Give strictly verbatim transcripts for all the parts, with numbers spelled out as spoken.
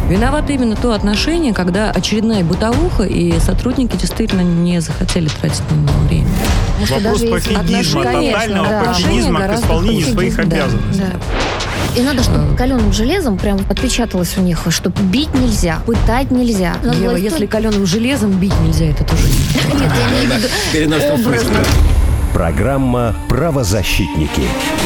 Виновато именно то отношение, когда очередная бытовуха, и сотрудники действительно не захотели тратить на него время. Вопрос пофигизма, тотального да, пофигизма к исполнению пофигизм, своих да, обязанностей. Да. И надо, чтобы каленым железом прям отпечаталось у них, что бить нельзя, пытать нельзя. Ева, власть... если каленым железом бить нельзя, это тоже не. Нет, я имею в виду образно. Программа «Правозащитники».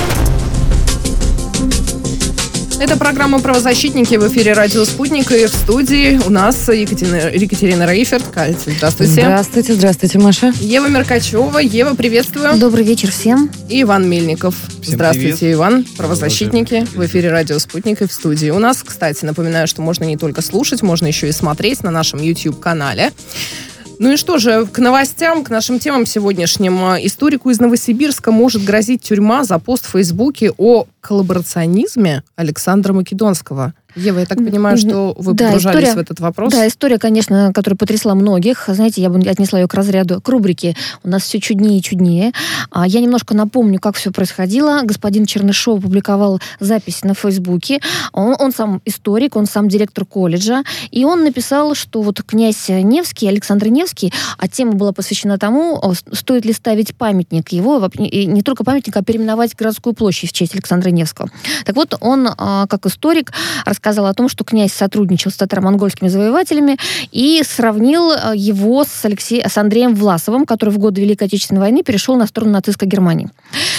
Это программа «Правозащитники» в эфире «Радио Спутник». И в студии у нас Екатерина, Екатерина Рейферт. Катя, здравствуйте. Здравствуйте, здравствуйте, Маша. Ева Меркачева. Ева, приветствую. Добрый вечер всем. И Иван Мельников. Всем Здравствуйте, привет. Иван. Правозащитники в эфире «Радио Спутник» и в студии. У нас, кстати, напоминаю, что можно не только слушать, можно еще и смотреть на нашем YouTube-канале. Ну и что же, к новостям, к нашим темам сегодняшним. Историку из Новосибирска может грозить тюрьма за пост в Фейсбуке о коллаборационизме Александра Македонского. Ева, я так понимаю, что вы да, погружались история, в этот вопрос. Да, история, конечно, которая потрясла многих. Знаете, я бы отнесла ее к разряду, к рубрике «У нас все чуднее и чуднее». А я немножко напомню, как все происходило. Господин Чернышов опубликовал запись на Фейсбуке. Он, он сам историк, он сам директор колледжа. И он написал, что вот князь Невский, Александр Невский, а тема была посвящена тому, стоит ли ставить памятник его, и не только памятник, а переименовать городскую площадь в честь Александра Невского. Так вот, он, как историк, рассказал о том, что князь сотрудничал с татаро-монгольскими завоевателями и сравнил его с, Алексеем, с Андреем Власовым, который в годы Великой Отечественной войны перешел на сторону нацистской Германии.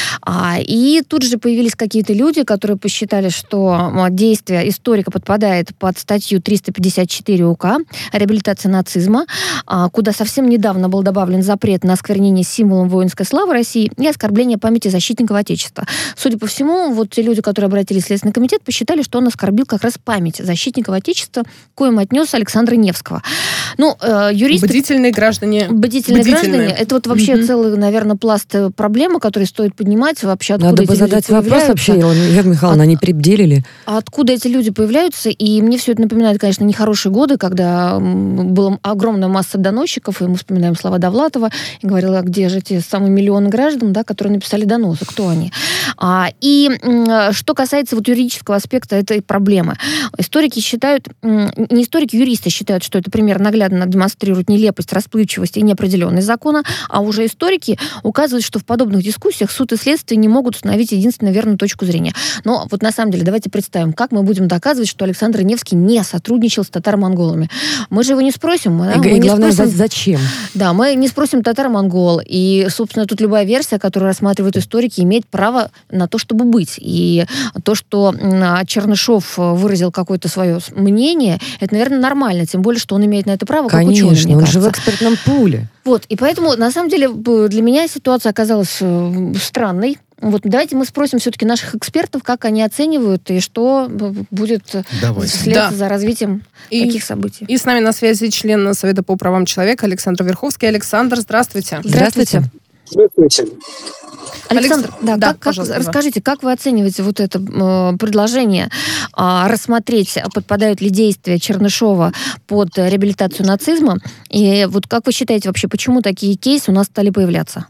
А, и тут же появились какие-то люди, которые посчитали, что действие историка подпадает под статью триста пятьдесят четыре УК «Реабилитация нацизма», а, куда совсем недавно был добавлен запрет на осквернение символом воинской славы России и оскорбление памяти защитников Отечества. Судя по всему, вот те люди, которые обратились в Следственный комитет, посчитали, что он оскорбил как раз память защитников Отечества, к коим отнес Александра Невского. Ну, э, юристы... Бдительные граждане. Бдительные, Бдительные. граждане. Это вот вообще mm-hmm. целый, наверное, пласт проблемы, который стоит поднимать. Вообще, откуда Надо эти бы люди задать вопрос появляются. вообще, Ева Михайловна, От... они перебделили. А откуда эти люди появляются? И мне все это напоминает, конечно, нехорошие годы, когда была огромная масса доносчиков, и мы вспоминаем слова Довлатова, и говорила, где же эти самые миллионы граждан, да, которые написали доносы, кто они. А, и что касается вот юридического аспекта этой проблемы. Историки считают, не историки, юристы считают, что это пример наглядно демонстрирует нелепость, расплывчивость и неопределенность закона, а уже историки указывают, что в подобных дискуссиях суд и следствие не могут установить единственно верную точку зрения. Но вот на самом деле давайте представим, как мы будем доказывать, что Александр Невский не сотрудничал с татаро-монголами. Мы же его не спросим. Да? И, мы и не главное, спросим... зачем? Да, мы не спросим татаро-монгол. И, собственно, тут любая версия, которую рассматривают историки, имеет право на то, чтобы быть. И то, что Чернышов выразил какое-то свое мнение, это, наверное, нормально. Тем более, что он имеет на это право, как ученый, Конечно, мне он кажется. же в экспертном пуле. Вот, и поэтому, на самом деле, для меня ситуация оказалась странной. Вот давайте мы спросим все-таки наших экспертов, как они оценивают и что будет Давайте. вслед Да. за развитием И, таких событий. и с нами на связи член Совета по правам человека Александр Верховский. Александр, здравствуйте. Здравствуйте. Здравствуйте. Александр, да, да, как, как, пожалуйста, расскажите, как вы оцениваете вот это э, предложение э, рассмотреть, подпадают ли действия Чернышова под реабилитацию нацизма? И вот как вы считаете вообще, почему такие кейсы у нас стали появляться?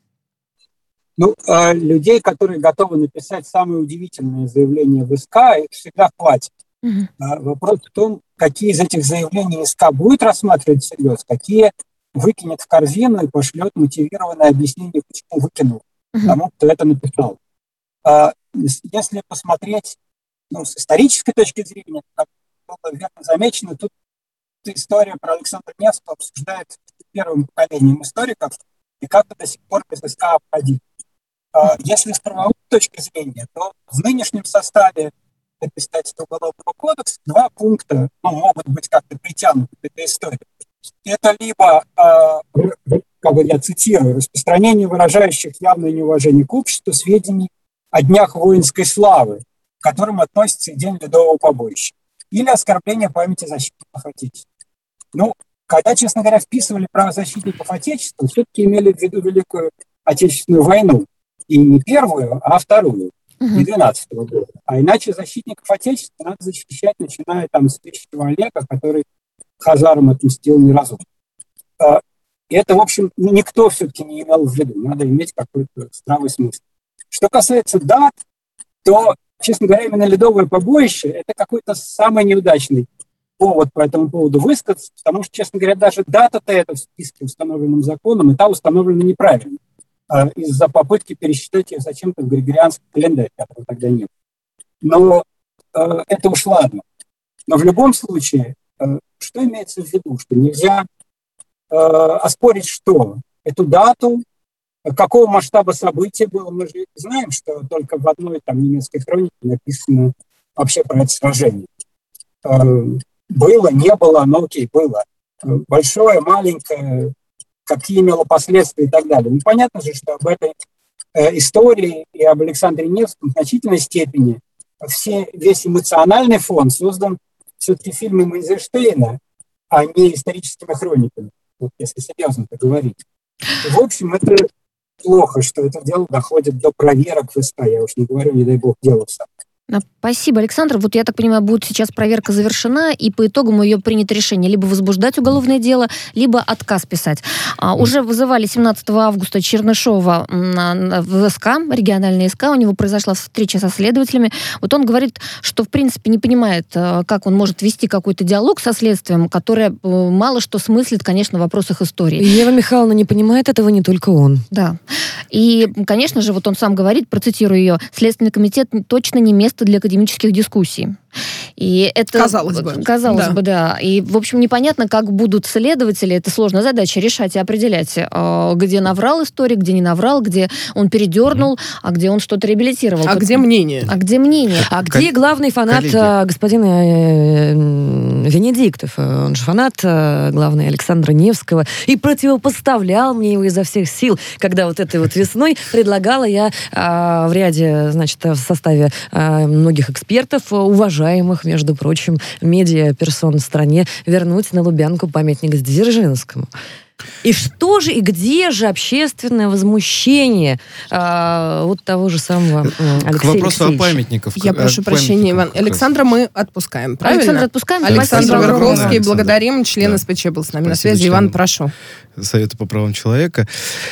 Ну, э, людей, которые готовы написать самые удивительные заявления в СК, их всегда хватит. Угу. А вопрос в том, какие из этих заявлений СК будет рассматривать всерьез, какие выкинет в корзину и пошлет мотивированное объяснение, почему выкинул Угу. тому, кто это написал. А, если посмотреть ну, с исторической точки зрения, как было верно замечено, тут история про Александра Невского обсуждается первым поколением историков, и как-то до сих пор без СК обходить. А, если с правовой точки зрения, то в нынешнем составе представительства Уголовного кодекса два пункта ну, могут быть как-то притянуты к этой истории. Это либо, э, как бы я цитирую, распространение выражающих явное неуважение к обществу сведений о днях воинской славы, к которым относится и День Ледового побоища, или оскорбление памяти защитников Отечества. Ну, когда, честно говоря, вписывали правозащитников Отечества, все-таки имели в виду Великую Отечественную войну. И не первую, а вторую, не двенадцатого года. А иначе защитников Отечества надо защищать, начиная там с Пещерного Олега, который хазарам отмстил неразумно. И это, в общем, никто все-таки не имел в виду. Надо иметь какой-то здравый смысл. Что касается дат, то, честно говоря, именно Ледовое побоище – это какой-то самый неудачный повод по этому поводу высказаться, потому что, честно говоря, даже дата-то эта в списке, установленном законом, и та установлена неправильно э, из-за попытки пересчитать ее зачем-то в григорианский календарь, которого тогда не было. Но э, это уж ладно. Но в любом случае, э, что имеется в виду? Что нельзя э, оспорить что? Эту дату, какого масштаба события было. Мы же знаем, что только в одной там немецкой хронике написано вообще про это сражение. Э, было, не было, но окей, было. Большое, маленькое, какие имело последствия и так далее. Ну, понятно же, что об этой э, истории и об Александре Невском в значительной степени все, весь эмоциональный фон создан все-таки фильмом Эйзенштейна, а не историческими хрониками, вот если серьезно это говорить. И, в общем, это плохо, что это дело доходит до проверок в СК. Я уж не говорю, не дай бог, дело в самом. Спасибо, Александр. Вот я так понимаю, будет сейчас проверка завершена, и по итогам ее принято решение либо возбуждать уголовное дело, либо отказ писать. А, уже вызывали семнадцатого августа Чернышова в СК, региональный СК, у него произошла встреча со следователями. Вот он говорит, что в принципе не понимает, как он может вести какой-то диалог со следствием, которое мало что смыслит, конечно, в вопросах истории. Ева Михайловна не понимает этого, не только он. Да. И, конечно же, вот он сам говорит, процитирую ее, Следственный комитет точно не место для академических дискуссий. И это, казалось бы. Казалось да. бы, да. И, в общем, непонятно, как будут следователи, это сложная задача, решать и определять, где наврал историк, где не наврал, где он передернул, а где он что-то реабилитировал. А как... где мнение? А где мнение? А где Кол... главный фанат Коллеги. господина Венедиктов? Он же фанат главный Александра Невского и противопоставлял мне его изо всех сил, когда вот этой вот весной предлагала я а, в ряде, значит, в составе а, многих экспертов, уважаемых, между прочим, медиаперсон в стране, вернуть на Лубянку памятник Дзержинскому. И что же, и где же общественное возмущение а, вот того же самого Алексея К вопросу Алексеевича? о памятниках. Я прошу прощения, Иван. Александра мы отпускаем, правильно? Александра отпускаем. Александр Спасибо. Верховский, Александр. благодарим. Член Да. СПЧ был с нами Спасибо, на связи. член. Иван, прошу. Совета по правам человека.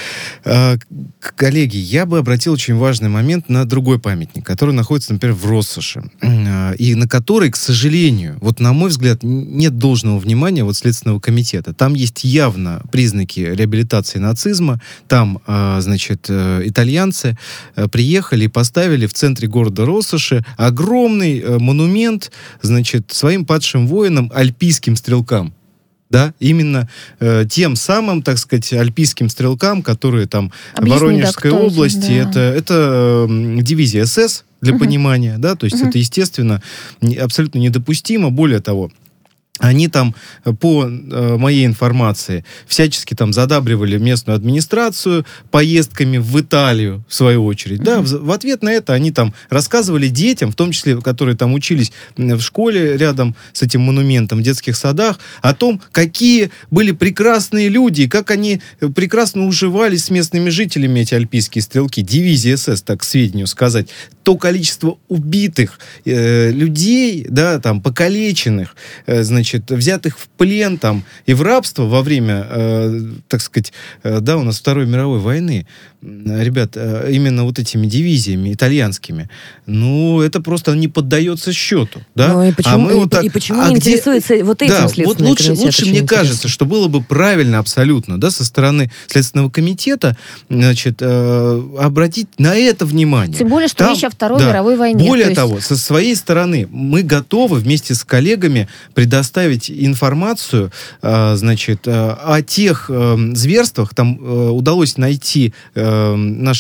Коллеги, я бы обратил очень важный момент на другой памятник, который находится, например, в Россоши, и на который, к сожалению, вот на мой взгляд, нет должного внимания вот Следственного комитета. Там есть явно признаки реабилитации нацизма. Там, значит, итальянцы приехали и поставили в центре города Россоши огромный монумент, значит, своим падшим воинам, альпийским стрелкам. Да, именно э, тем самым, так сказать, альпийским стрелкам, которые там в Воронежской да, области, есть, да. это, это э, дивизия СС, для uh-huh. понимания, да, то есть uh-huh. это, естественно, не, абсолютно недопустимо. Более того, они там, по э, моей информации, всячески там задабривали местную администрацию поездками в Италию, в свою очередь. Mm-hmm. Да, в, в ответ на это они там рассказывали детям, в том числе, которые там учились в школе рядом с этим монументом, в детских садах, о том, какие были прекрасные люди, как они прекрасно уживались с местными жителями, эти альпийские стрелки, дивизия СС, так к сведению сказать. То количество убитых э, людей, да, там, покалеченных, э, значит, взятых в плен там и в рабство во время, э, так сказать, э, да, у нас Второй мировой войны, ребят, э, именно вот этими дивизиями итальянскими, ну, это просто не поддается счету, да? Ну, и почему, а мы и, вот так, и почему а не где, интересуется вот этим да, Следственный вот лучше, комитет? лучше мне интересно. кажется, что было бы правильно абсолютно, да, со стороны Следственного комитета, значит, э, обратить на это внимание. Тем более, что Там, речь о Второй да, мировой войне. Более то есть... того, со своей стороны мы готовы вместе с коллегами предоставить информацию, э, значит, э, о тех э, зверствах. Там э, удалось найти э,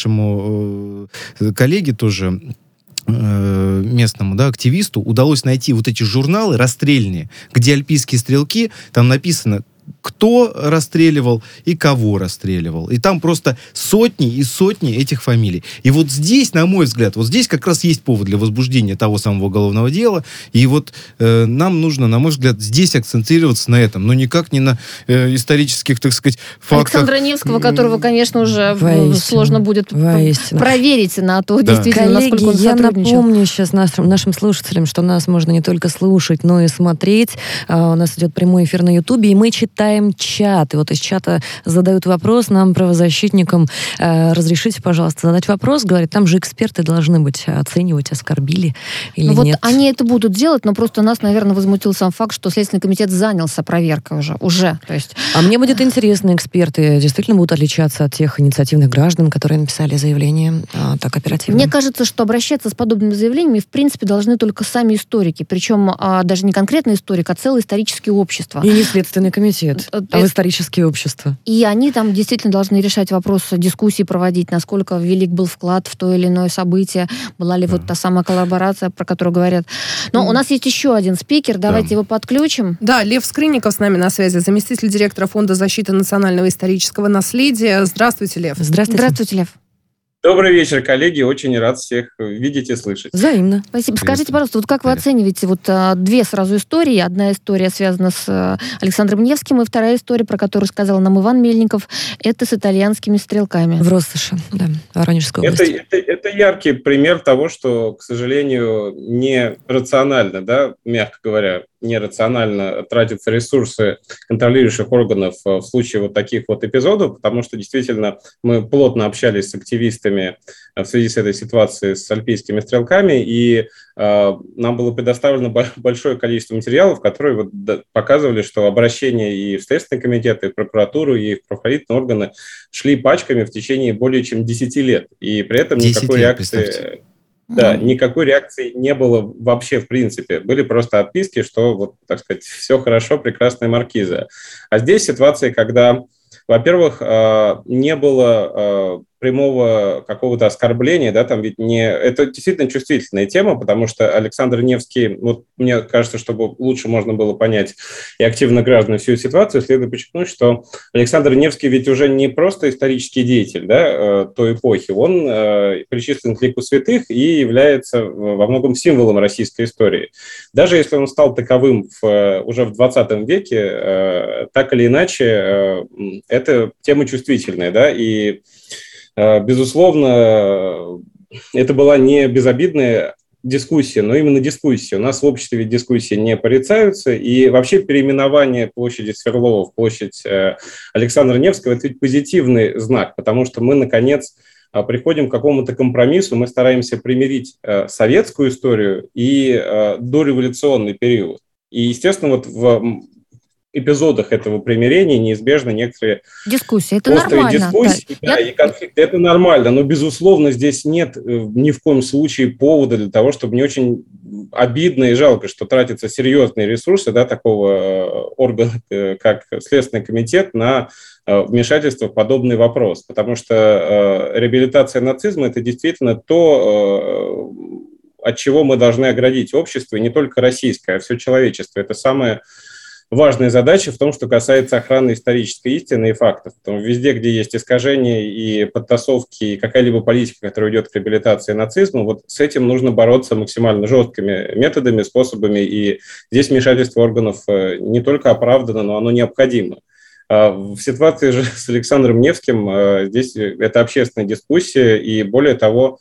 нашему э, коллеге тоже, э, местному, да, активисту, удалось найти вот эти журналы расстрельные, где альпийские стрелки, там написано, кто расстреливал и кого расстреливал. И там просто сотни и сотни этих фамилий. И вот здесь, на мой взгляд, вот здесь как раз есть повод для возбуждения того самого уголовного дела. И вот э, нам нужно, на мой взгляд, здесь акцентрироваться на этом, но никак не на э, исторических, так сказать, фактах. Александра Невского, которого, конечно, уже Воистину. сложно будет Воистину. проверить на то, Да. действительно, Коллеги, насколько он я сотрудничал. напомню сейчас нашим, нашим слушателям, что нас можно не только слушать, но и смотреть. А, у нас идет прямой эфир на Ютубе, и мы читаем читаем чат. И вот из чата задают вопрос нам, правозащитникам. Э, разрешите, пожалуйста, задать вопрос. Говорит, там же эксперты должны быть, оценивать, оскорбили или ну, нет. Вот они это будут делать, но просто нас, наверное, возмутил сам факт, что Следственный комитет занялся проверкой уже. уже то есть... А мне будет интересно, эксперты действительно будут отличаться от тех инициативных граждан, которые написали заявление а, так оперативно? Мне кажется, что обращаться с подобными заявлениями, в принципе, должны только сами историки. Причем а, даже не конкретный историк, а целые исторические общества. И не Следственный комитет, а в исторические общества. И они там действительно должны решать вопрос, дискуссии проводить, насколько велик был вклад в то или иное событие, была ли вот та самая коллаборация, про которую говорят. Но mm. у нас есть еще один спикер, давайте да. его подключим. Да, Лев Скрынников с нами на связи, заместитель директора Фонда защиты национального исторического наследия. Здравствуйте, Лев. Здравствуйте. Здравствуйте, Лев. Добрый вечер, коллеги. Очень рад всех видеть и слышать. Взаимно. Спасибо. Скажите, пожалуйста, вот как вы оцениваете вот а, две сразу истории? Одна история связана с а, Александром Невским, и вторая история, про которую сказал нам Иван Мельников, это с итальянскими стрелками. В Россоши, да, Воронежской это, области. Это, это яркий пример того, что, к сожалению, не рационально, да, мягко говоря, нерационально тратятся ресурсы контролирующих органов в случае вот таких вот эпизодов, потому что действительно мы плотно общались с активистами в связи с этой ситуацией с альпийскими стрелками, и э, нам было предоставлено большое количество материалов, которые вот показывали, что обращения и в Следственный комитет, и в прокуратуру, и в правоохранительные органы шли пачками в течение более чем десяти лет, и при этом никакой лет, реакции... Представьте. Да, никакой реакции не было вообще в принципе. Были просто отписки, что, вот, так сказать, все хорошо, прекрасная маркиза. А здесь ситуация, когда, во-первых, не было прямого какого-то оскорбления, да, там ведь не... Это действительно чувствительная тема, потому что Александр Невский, вот мне кажется, чтобы лучше можно было понять и активно граждан всю ситуацию, следует подчеркнуть, что Александр Невский ведь уже не просто исторический деятель, да, той эпохи, он э, причислен к лику святых и является во многом символом российской истории. Даже если он стал таковым в, уже в двадцатом веке, э, так или иначе, э, это тема чувствительная, да, и безусловно, это была не безобидная дискуссия, но именно дискуссия. У нас в обществе ведь дискуссии не порицаются, и вообще переименование площади Сверлова в площадь Александра Невского – это ведь позитивный знак, потому что мы, наконец, приходим к какому-то компромиссу, мы стараемся примирить советскую историю и дореволюционный период. И, естественно, вот в эпизодах этого примирения неизбежно некоторые дискуссии. Это острые нормально. дискуссии, да, да, и конфликты. Это нормально, но, безусловно, здесь нет ни в коем случае повода для того, чтобы не очень обидно и жалко, что тратятся серьезные ресурсы, да, такого органа, как Следственный комитет, на вмешательство в подобный вопрос. Потому что э, реабилитация нацизма – это действительно то, э, от чего мы должны оградить общество, и не только российское, а все человечество. Это самое важная задача в том, что касается охраны исторической истины и фактов. Потому что везде, где есть искажения и подтасовки, и какая-либо политика, которая идет к реабилитации нацизма, вот с этим нужно бороться максимально жесткими методами, способами. И здесь вмешательство органов не только оправдано, но оно необходимо. В ситуации же с Александром Невским здесь это общественная дискуссия, и более того,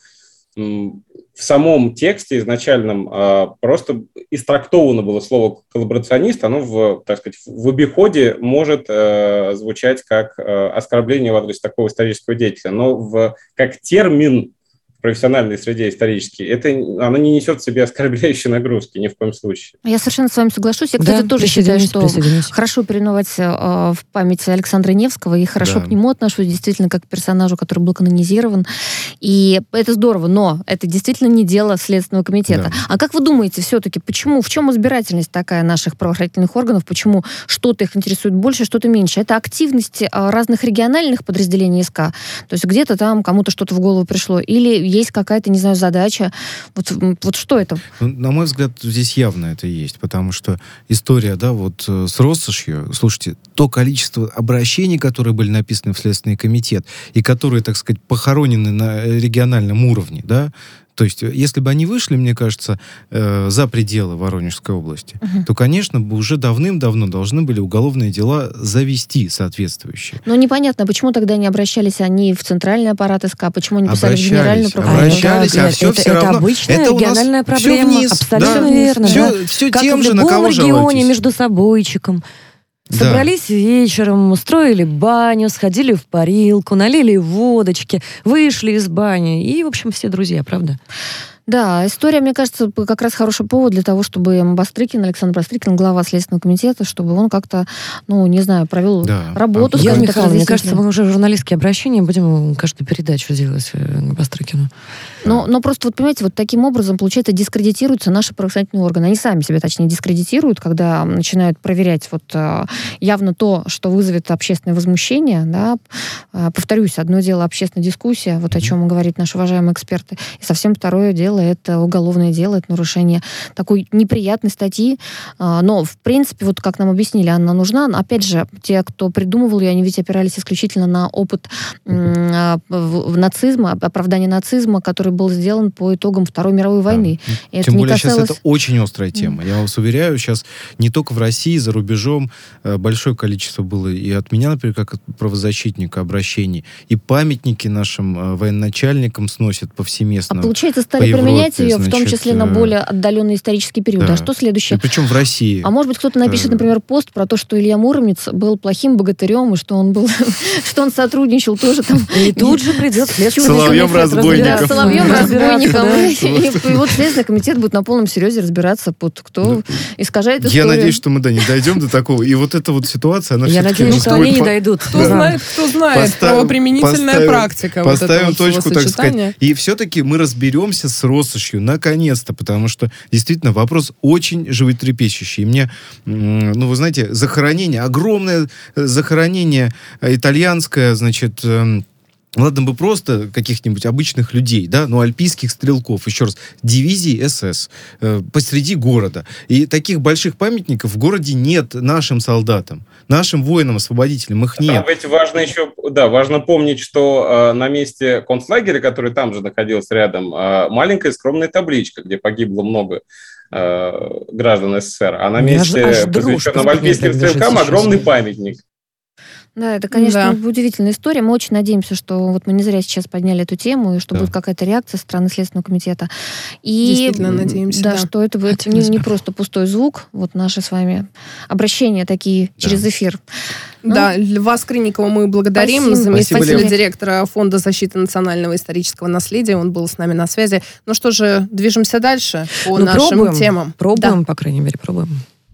в самом тексте изначальном просто истрактовано было слово «коллаборационист», оно в, так сказать, в обиходе может звучать как оскорбление в адрес такого исторического деятеля, но в, как термин в профессиональной среде исторически, это, оно не несет в себе оскорбляющей нагрузки ни в коем случае. Я совершенно с вами соглашусь. Я, кстати, да, тоже считаю, что хорошо переименовать э, в память Александра Невского, и хорошо да. к нему отношусь, действительно, как к персонажу, который был канонизирован. И это здорово, но это действительно не дело Следственного комитета. Да. А как вы думаете, все-таки, почему, в чем избирательность такая наших правоохранительных органов, почему что-то их интересует больше, что-то меньше? Это активность разных региональных подразделений СК, то есть где-то там кому-то что-то в голову пришло, или есть какая-то, не знаю, задача. Вот, вот что это? На мой взгляд, здесь явно это есть, потому что история, да, вот с Россошью, слушайте, то количество обращений, которые были написаны в Следственный комитет, и которые, так сказать, похоронены на региональном уровне, да, то есть, если бы они вышли, мне кажется, э, за пределы Воронежской области, uh-huh. то, конечно, бы уже давным-давно должны были уголовные дела завести соответствующие. Но непонятно, почему тогда не обращались они в центральный аппарат СК, почему не писали в генеральную прокуратуру? Обращались, а, а все это, все это равно... обычная это региональная проблема. Все вниз, абсолютно да. верно. Все, да. все как тем в же, на любом кого регионе жалуетесь. между собойчиком. Собрались вечером, устроили баню, сходили в парилку, налили водочки, вышли из бани. И, в общем, все друзья, правда? Да, история, мне кажется, как раз хороший повод для того, чтобы Бастрыкин, Александр Бастрыкин, глава Следственного комитета, чтобы он как-то, ну, не знаю, провел да. работу. Я, Михаил, мне кажется, мы уже журналистские обращения будем каждую передачу делать Бастрыкину. Но, но просто, вот понимаете, вот таким образом, получается, дискредитируются наши правоохранительные органы. Они сами себя, точнее, дискредитируют, когда начинают проверять вот явно то, что вызовет общественное возмущение, да. Повторюсь, одно дело общественная дискуссия, вот о чем говорят наши уважаемые эксперты, и совсем второе дело это уголовное дело, это нарушение такой неприятной статьи. Но, в принципе, вот как нам объяснили, она нужна. Опять же, те, кто придумывал ее, они ведь опирались исключительно на опыт нацизма, оправдания нацизма, который был сделан по итогам Второй мировой войны. Да. Тем более касалось... сейчас это очень острая тема. Я вас уверяю, сейчас не только в России, за рубежом большое количество было и от меня, например, как от правозащитника обращений, и памятники нашим военачальникам сносят повсеместно. А получается, стали применять ее, значит, в том числе на более отдаленный исторический период. Да. А что следующее? И причем в России. А может быть, кто-то напишет, да. например, пост про то, что Илья Муромец был плохим богатырем, и что он был, что он сотрудничал тоже там. И тут же придет следствие. Соловьем-разбойником. Соловьем-разбойником. И вот Следственный комитет будет на полном серьезе разбираться, кто искажает историю. Я надеюсь, что мы, да, не дойдем до такого. И вот эта вот ситуация, она Я надеюсь, что они не дойдут. Кто знает, кто знает. Правоприменительная практика. Поставим точку, так сказать. И все-таки мы разберемся с россошью, наконец-то, потому что действительно вопрос очень животрепещущий. И мне, ну, вы знаете, захоронение, огромное захоронение итальянское, значит, ладно бы просто каких-нибудь обычных людей, да, но альпийских стрелков, еще раз, дивизии СС э, посреди города. И таких больших памятников в городе нет нашим солдатам, нашим воинам-освободителям, их нет. Там ведь важно еще, да, важно помнить, что э, на месте концлагеря, который там же находился рядом, э, маленькая скромная табличка, где погибло много э, граждан СССР, а на месте, посвященном альпийским стрелкам, огромный памятник. Да, это, конечно, да. удивительная история. Мы очень надеемся, что вот мы не зря сейчас подняли эту тему, и что да. будет какая-то реакция со стороны Следственного комитета. И, действительно, надеемся. Да, да. что это будет не, не просто пустой звук, вот наши с вами обращения такие да. через эфир. Да, ну, Льва Скрынникова мы благодарим, спасибо. Заместителя спасибо. Директора Фонда защиты национального исторического наследия. Он был с нами на связи. Ну что же, движемся дальше по ну, нашим пробуем, темам. Пробуем, да. по крайней мере, пробуем.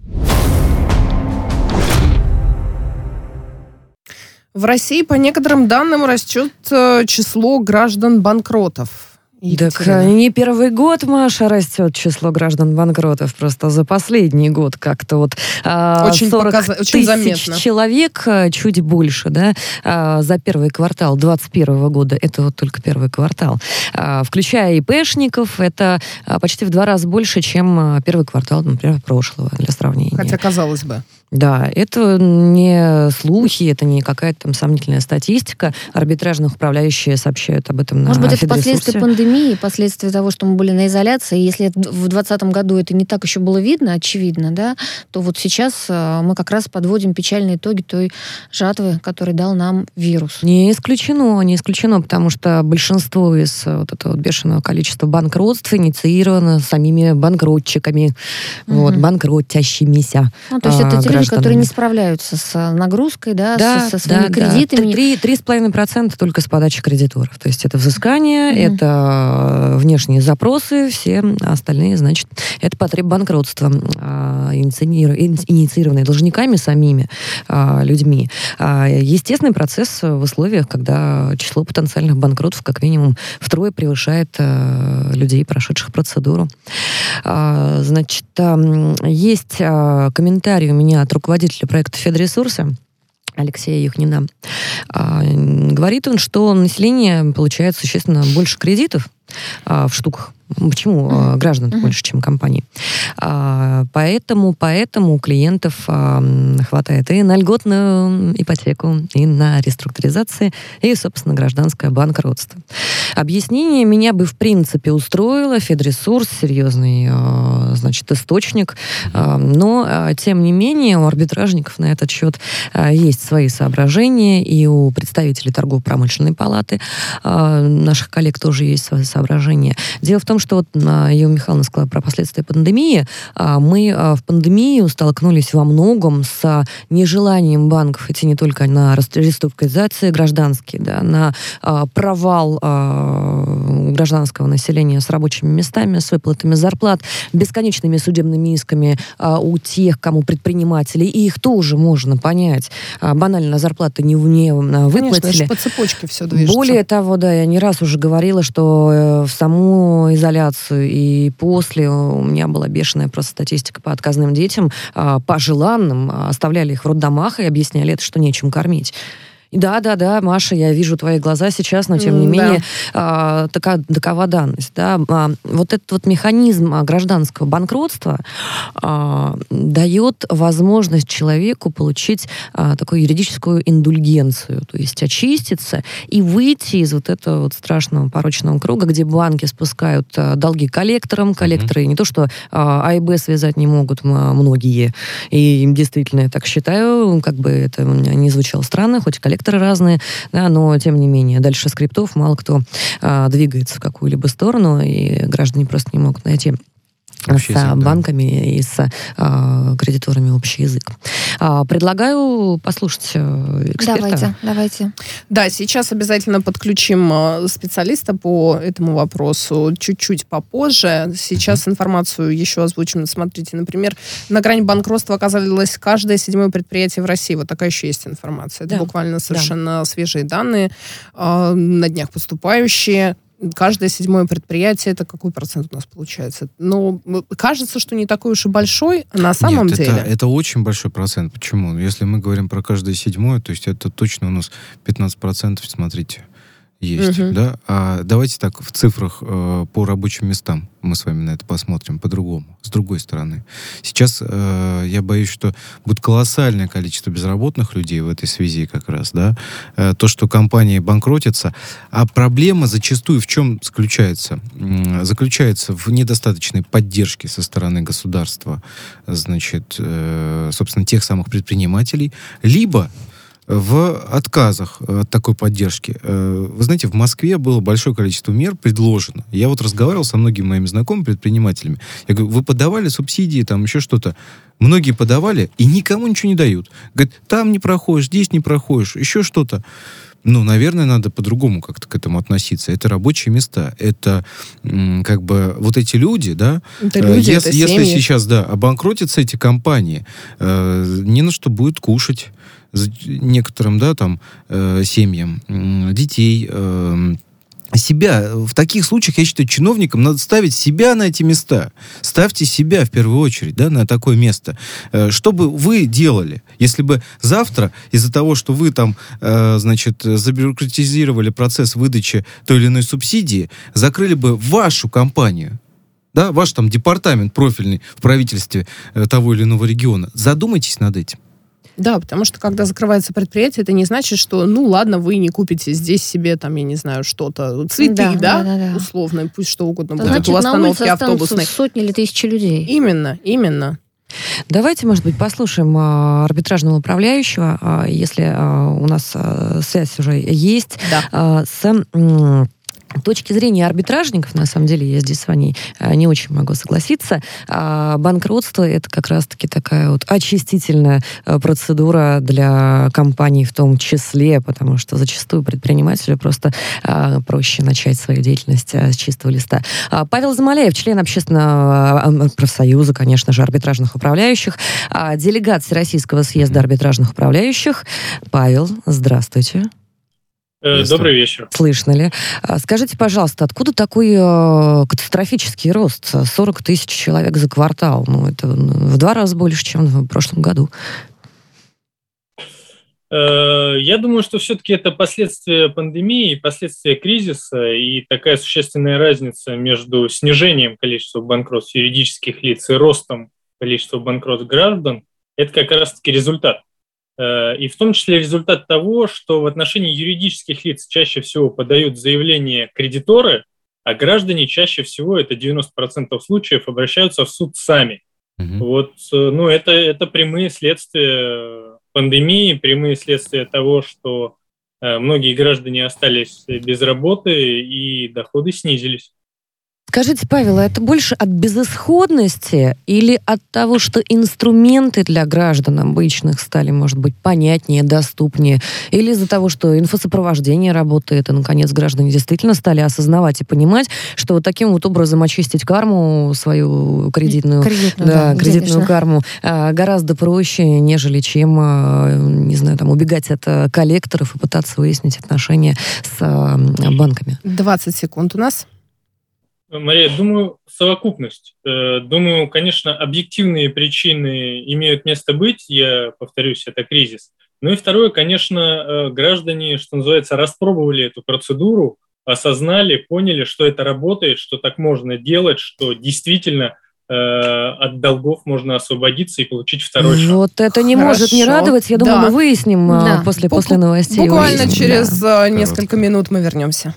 В России, по некоторым данным, растет число граждан-банкротов. Так не первый год, Маша, растет число граждан-банкротов. Просто за последний год как-то вот очень сорок показ... очень тысяч заметно. Человек, чуть больше, да, за первый квартал двадцать первого года. Это вот только первый квартал. Включая ИПшников, это почти в два раза больше, чем первый квартал, например, прошлого, для сравнения. Хотя, казалось бы. Да, это не слухи, это не какая-то там сомнительная статистика. Арбитражных управляющие сообщают об этом на Может быть, это Федресурсе. последствия пандемии, последствия того, что мы были на изоляции. Если в двадцатом году это не так еще было видно, очевидно, да, то вот сейчас мы как раз подводим печальные итоги той жатвы, который дал нам вирус. Не исключено, не исключено, потому что большинство из вот этого вот бешеного количества банкротств инициировано самими банкротчиками, угу. вот, банкротящимися. Ну, то есть это те люди, которые не справляются с нагрузкой, да, да со, со своими да, кредитами. Три с половиной процента только с подачи кредиторов. То есть это взыскание, mm-hmm. это внешние запросы, все остальные, значит, это потреб банкротства, инициированные должниками самими людьми. Естественный процесс в условиях, когда число потенциальных банкротов как минимум втрое превышает людей, прошедших процедуру. Значит, есть комментарий у меня от руководителя проекта Федресурса Алексея Юхнина. Говорит он, что население получает существенно больше кредитов в штуках. Почему uh-huh. граждан uh-huh. больше, чем компаний? А, поэтому, поэтому у клиентов а, хватает и на льготную ипотеку, и на реструктуризации, и, собственно, гражданское банкротство. Объяснение меня бы, в принципе, устроило. Федресурс, серьезный, а, значит, источник. А, но, а, тем не менее, у арбитражников на этот счет а, есть свои соображения, и у представителей торгово-промышленной палаты а, наших коллег тоже есть свои соображения. Дело в том, что вот Ева Михайловна сказала про последствия пандемии. Мы в пандемию столкнулись во многом с нежеланием банков идти не только на реструктуризации гражданские, да, на провал гражданского населения с рабочими местами, с выплатами зарплат, бесконечными судебными исками у тех, кому предприниматели, и их тоже можно понять. Банально зарплаты не, не выплатили. Конечно, по цепочке все движется. Более того, да, я не раз уже говорила, что в саму изоляцию и после у меня была бешеная просто статистика по отказным детям, по желанным, оставляли их в роддомах и объясняли это, что нечем кормить. Да, да, да, Маша, я вижу твои глаза сейчас, но тем не mm, менее да. а, така, такова данность. Да? А, вот этот вот механизм а, гражданского банкротства а, дает возможность человеку получить а, такую юридическую индульгенцию, то есть очиститься и выйти из вот этого вот страшного порочного круга, где банки спускают а, долги коллекторам, коллекторы mm-hmm. не то что а, А и Б связать не могут а, многие, и действительно я так считаю, как бы это не звучало странно, хоть коллектор разные, да, но тем не менее дальше скриптов мало кто а, двигается в какую-либо сторону, и граждане просто не могут найти общий с язык, банками да. и с а, кредиторами общий язык. А, предлагаю послушать эксперта. Давайте, давайте. Да, сейчас обязательно подключим специалиста по этому вопросу чуть-чуть попозже. Сейчас mm-hmm. информацию еще озвучим. Смотрите, например, на грани банкротства оказалось каждое седьмое предприятие в России. Вот такая еще есть информация. Это да. буквально совершенно да. свежие данные, э, на днях поступающие. Каждое седьмое предприятие, это какой процент у нас получается? Ну, кажется, что не такой уж и большой, а на самом Нет, деле... Это, это очень большой процент. Почему? Если мы говорим про каждое седьмое, то есть это точно у нас пятнадцать процентов, смотрите, есть. Угу. Да? А давайте так, в цифрах э, по рабочим местам мы с вами на это посмотрим по-другому, с другой стороны. Сейчас э, я боюсь, что будет колоссальное количество безработных людей в этой связи как раз, да, э, то, что компании банкротятся, а проблема зачастую в чем заключается? Заключается в недостаточной поддержке со стороны государства, значит, э, собственно, тех самых предпринимателей, либо в отказах от такой поддержки. Вы знаете, в Москве было большое количество мер предложено. Я вот разговаривал со многими моими знакомыми предпринимателями. Я говорю, вы подавали субсидии, там еще что-то? Многие подавали, и никому ничего не дают. Говорят, там не проходишь, здесь не проходишь, еще что-то. Ну, наверное, надо по-другому как-то к этому относиться. Это рабочие места. Это м, как бы вот эти люди, да. Это люди, если, это если семьи. сейчас, да, обанкротятся эти компании, э, не на что будет кушать некоторым, да, там, э, семьям, э, детей, э, себя. В таких случаях, я считаю, чиновникам надо ставить себя на эти места. Ставьте себя в первую очередь, да, на такое место. Э, что бы вы делали, если бы завтра из-за того, что вы там, э, значит, забюрократизировали процесс выдачи той или иной субсидии, закрыли бы вашу компанию, да, ваш там департамент профильный в правительстве э, того или иного региона? Задумайтесь над этим. Да, потому что когда закрывается предприятие, это не значит, что, ну, ладно, вы не купите здесь себе, там, я не знаю, что-то, цветы, да, да, да, да. условно, пусть что угодно будет, значит, у остановки автобусной. Сотни или тысячи людей. Именно, именно. Давайте, может быть, послушаем а, арбитражного управляющего, а, если а, у нас а, связь уже есть, да. а, с... М- точки зрения арбитражников, на самом деле, я здесь с вами не очень могу согласиться, банкротство — это как раз-таки такая вот очистительная процедура для компаний в том числе, потому что зачастую предпринимателю просто проще начать свою деятельность с чистого листа. Павел Замаляев, член общественного профсоюза, конечно же, арбитражных управляющих, делегат Всероссийского съезда арбитражных управляющих. Павел, здравствуйте. Добрый вечер. Слышно ли? Скажите, пожалуйста, откуда такой э, катастрофический рост? сорок тысяч человек за квартал. Ну, это в два раза больше, чем в прошлом году. Я думаю, что все-таки это последствия пандемии, последствия кризиса и такая существенная разница между снижением количества банкротств юридических лиц и ростом количества банкротств граждан. Это как раз-таки результат. И в том числе результат того, что в отношении юридических лиц чаще всего подают заявление кредиторы, а граждане чаще всего, это девяносто процентов случаев, обращаются в суд сами. Mm-hmm. Вот, ну, это, это прямые следствия пандемии, прямые следствия того, что многие граждане остались без работы и доходы снизились. Скажите, Павел, а это больше от безысходности или от того, что инструменты для граждан обычных стали, может быть, понятнее, доступнее? Или из-за того, что инфосопровождение работает, и, наконец, граждане действительно стали осознавать и понимать, что вот таким вот образом очистить карму, свою кредитную, кредитную, да, да, кредитную денежную. карму, гораздо проще, нежели чем, не знаю, там, убегать от коллекторов и пытаться выяснить отношения с банками? двадцать секунд у нас. Мария, думаю, совокупность. Думаю, конечно, объективные причины имеют место быть. Я повторюсь, это кризис. Ну и второе, конечно, граждане, что называется, распробовали эту процедуру, осознали, поняли, что это работает, что так можно делать, что действительно от долгов можно освободиться и получить второй шанс. Вот это не Хорошо. может не радовать. Я думаю, Да. мы выясним Да. после, Бу- после новостей. Буквально выясним, через да. э, несколько минут мы вернемся.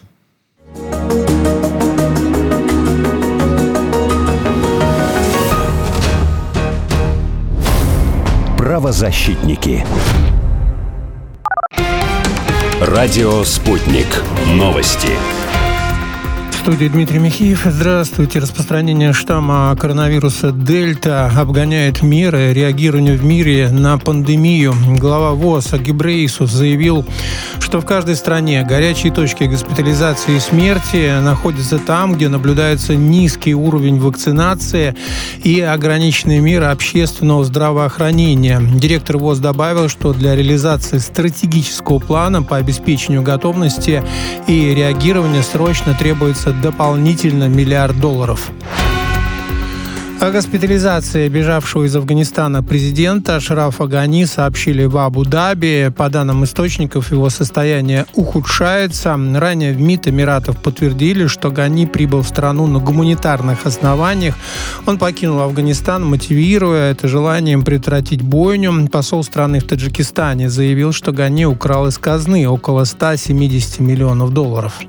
Правозащитники. Радио «Спутник». Новости. В студии Дмитрий Михеев. Здравствуйте. Распространение штамма коронавируса Дельта обгоняет меры реагирования в мире на пандемию. Глава ВОЗ Гебрейесус заявил, что в каждой стране горячие точки госпитализации и смерти находятся там, где наблюдается низкий уровень вакцинации и ограниченные меры общественного здравоохранения. Директор ВОЗ добавил, что для реализации стратегического плана по обеспечению готовности и реагирования срочно требуется дополнительно миллиард долларов. О госпитализации бежавшего из Афганистана президента Ашрафа Гани сообщили в Абу-Даби. По данным источников, его состояние ухудшается. Ранее в МИД Эмиратов подтвердили, что Гани прибыл в страну на гуманитарных основаниях. Он покинул Афганистан, мотивируя это желанием предотвратить бойню. Посол страны в Таджикистане заявил, что Гани украл из казны около ста семидесяти миллионов долларов.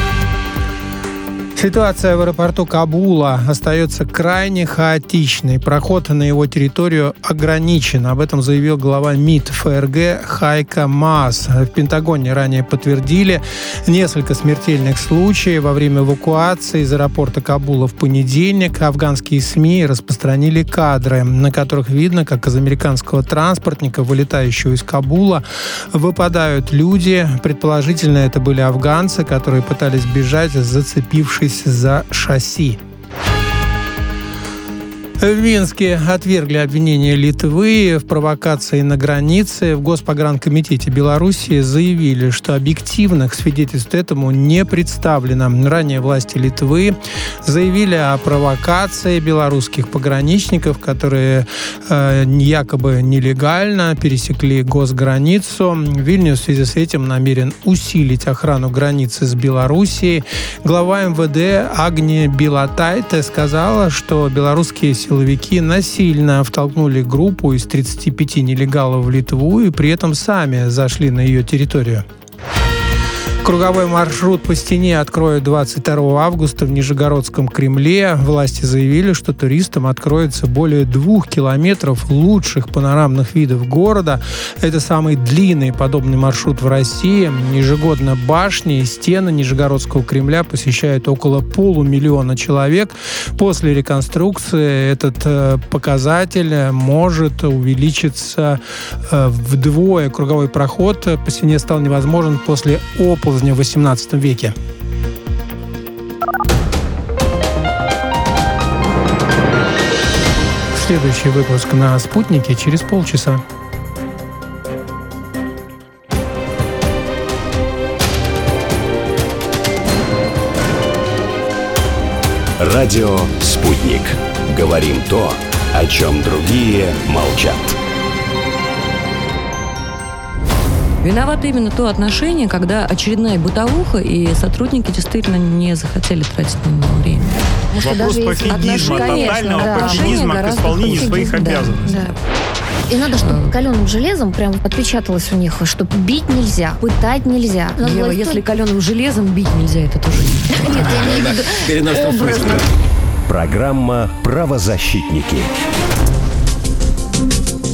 Ситуация в аэропорту Кабула остается крайне хаотичной. Проход на его территорию ограничен. Об этом заявил глава МИД ФРГ Хайка Маас. В Пентагоне ранее подтвердили несколько смертельных случаев во время эвакуации из аэропорта Кабула в понедельник. Афганские СМИ распространили кадры, на которых видно, как из американского транспортника, вылетающего из Кабула, выпадают люди. Предположительно, это были афганцы, которые пытались бежать, зацепившись за шасси. В Минске отвергли обвинения Литвы в провокации на границе. В Госпогранкомитете Белоруссии заявили, что объективных свидетельств этому не представлено. Ранее власти Литвы заявили о провокации белорусских пограничников, которые э, якобы нелегально пересекли госграницу. Вильнюс в связи с этим намерен усилить охрану границы с Белоруссией. Глава МВД Агния Билатайте сказала, что белорусские силовики насильно втолкнули группу из тридцати пяти нелегалов в Литву и при этом сами зашли на ее территорию. Круговой маршрут по стене откроют двадцать второго августа в Нижегородском Кремле. Власти заявили, что туристам откроется более двух километров лучших панорамных видов города. Это самый длинный подобный маршрут в России. Ежегодно башни и стены Нижегородского Кремля посещают около полумиллиона человек. После реконструкции этот э, показатель может увеличиться э, вдвое. Круговой проход по стене стал невозможен после оползня в восемнадцатом веке. Следующий выпуск на «Спутнике» через полчаса. Радио «Спутник». Говорим то, о чем другие молчат. Виновато именно то отношение, когда очередная бытовуха, и сотрудники действительно не захотели тратить на него время. Вопрос пофигизма, тотального да. пофигизма к исполнению Пофигизм, своих да, обязанностей. да. И надо, чтобы каленым железом прям отпечаталось у них, что бить нельзя, пытать нельзя. Надо Ева, власть- если каленым железом бить нельзя, это тоже не. Нет, я имею в виду Переносном смысле. образно. Программа «Правозащитники». И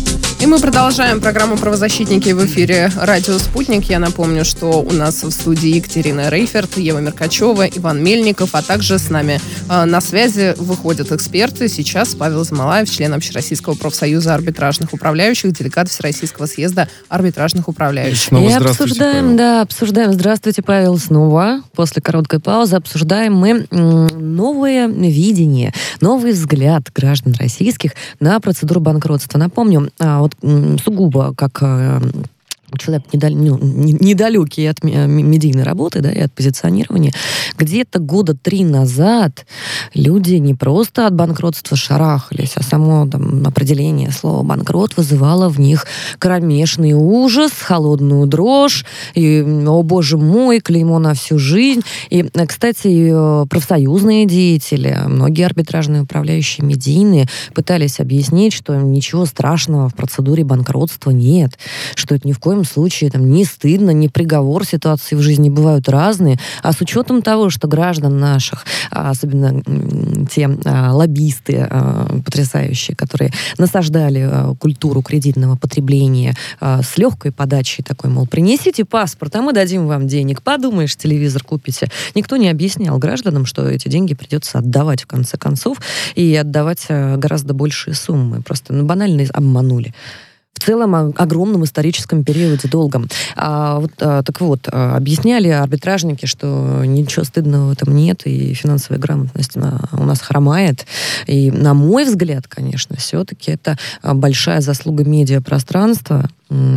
И мы продолжаем программу «Правозащитники» в эфире «Радио Спутник». Я напомню, что у нас в студии Екатерина Рейферт, Ева Меркачева, Иван Мельников, а также с нами э, на связи выходят эксперты. Сейчас Павел Замалаев, член Общероссийского профсоюза арбитражных управляющих, делегат Всероссийского съезда арбитражных управляющих. И обсуждаем, Павел. да, обсуждаем. Здравствуйте, Павел, снова. После короткой паузы обсуждаем мы новое видение, новый взгляд граждан российских на процедуру банкротства. Напомню, вот сугубо как человек недал... ну, недалекий от медийной работы, да, и от позиционирования, где-то года три назад люди не просто от банкротства шарахались, а само там, определение слова «банкрот» вызывало в них кромешный ужас, холодную дрожь, и, о боже мой, клеймо на всю жизнь. И, кстати, профсоюзные деятели, многие арбитражные управляющие медийные пытались объяснить, что ничего страшного в процедуре банкротства нет, что это ни в коем случае там не стыдно, не приговор, ситуации в жизни бывают разные, а с учетом того, что граждан наших, особенно те лоббисты потрясающие, которые насаждали культуру кредитного потребления с легкой подачей такой, мол, принесите паспорт, а мы дадим вам денег, подумаешь, телевизор купите. Никто не объяснял гражданам, что эти деньги придется отдавать в конце концов, и отдавать гораздо большие суммы. Просто ну, банально обманули. В целом, о огромном историческом периоде, долгом. А, вот, а, так вот, а, объясняли арбитражники, что ничего стыдного в этом нет, и финансовая грамотность она, у нас хромает. И, на мой взгляд, конечно, все-таки это большая заслуга медиапространства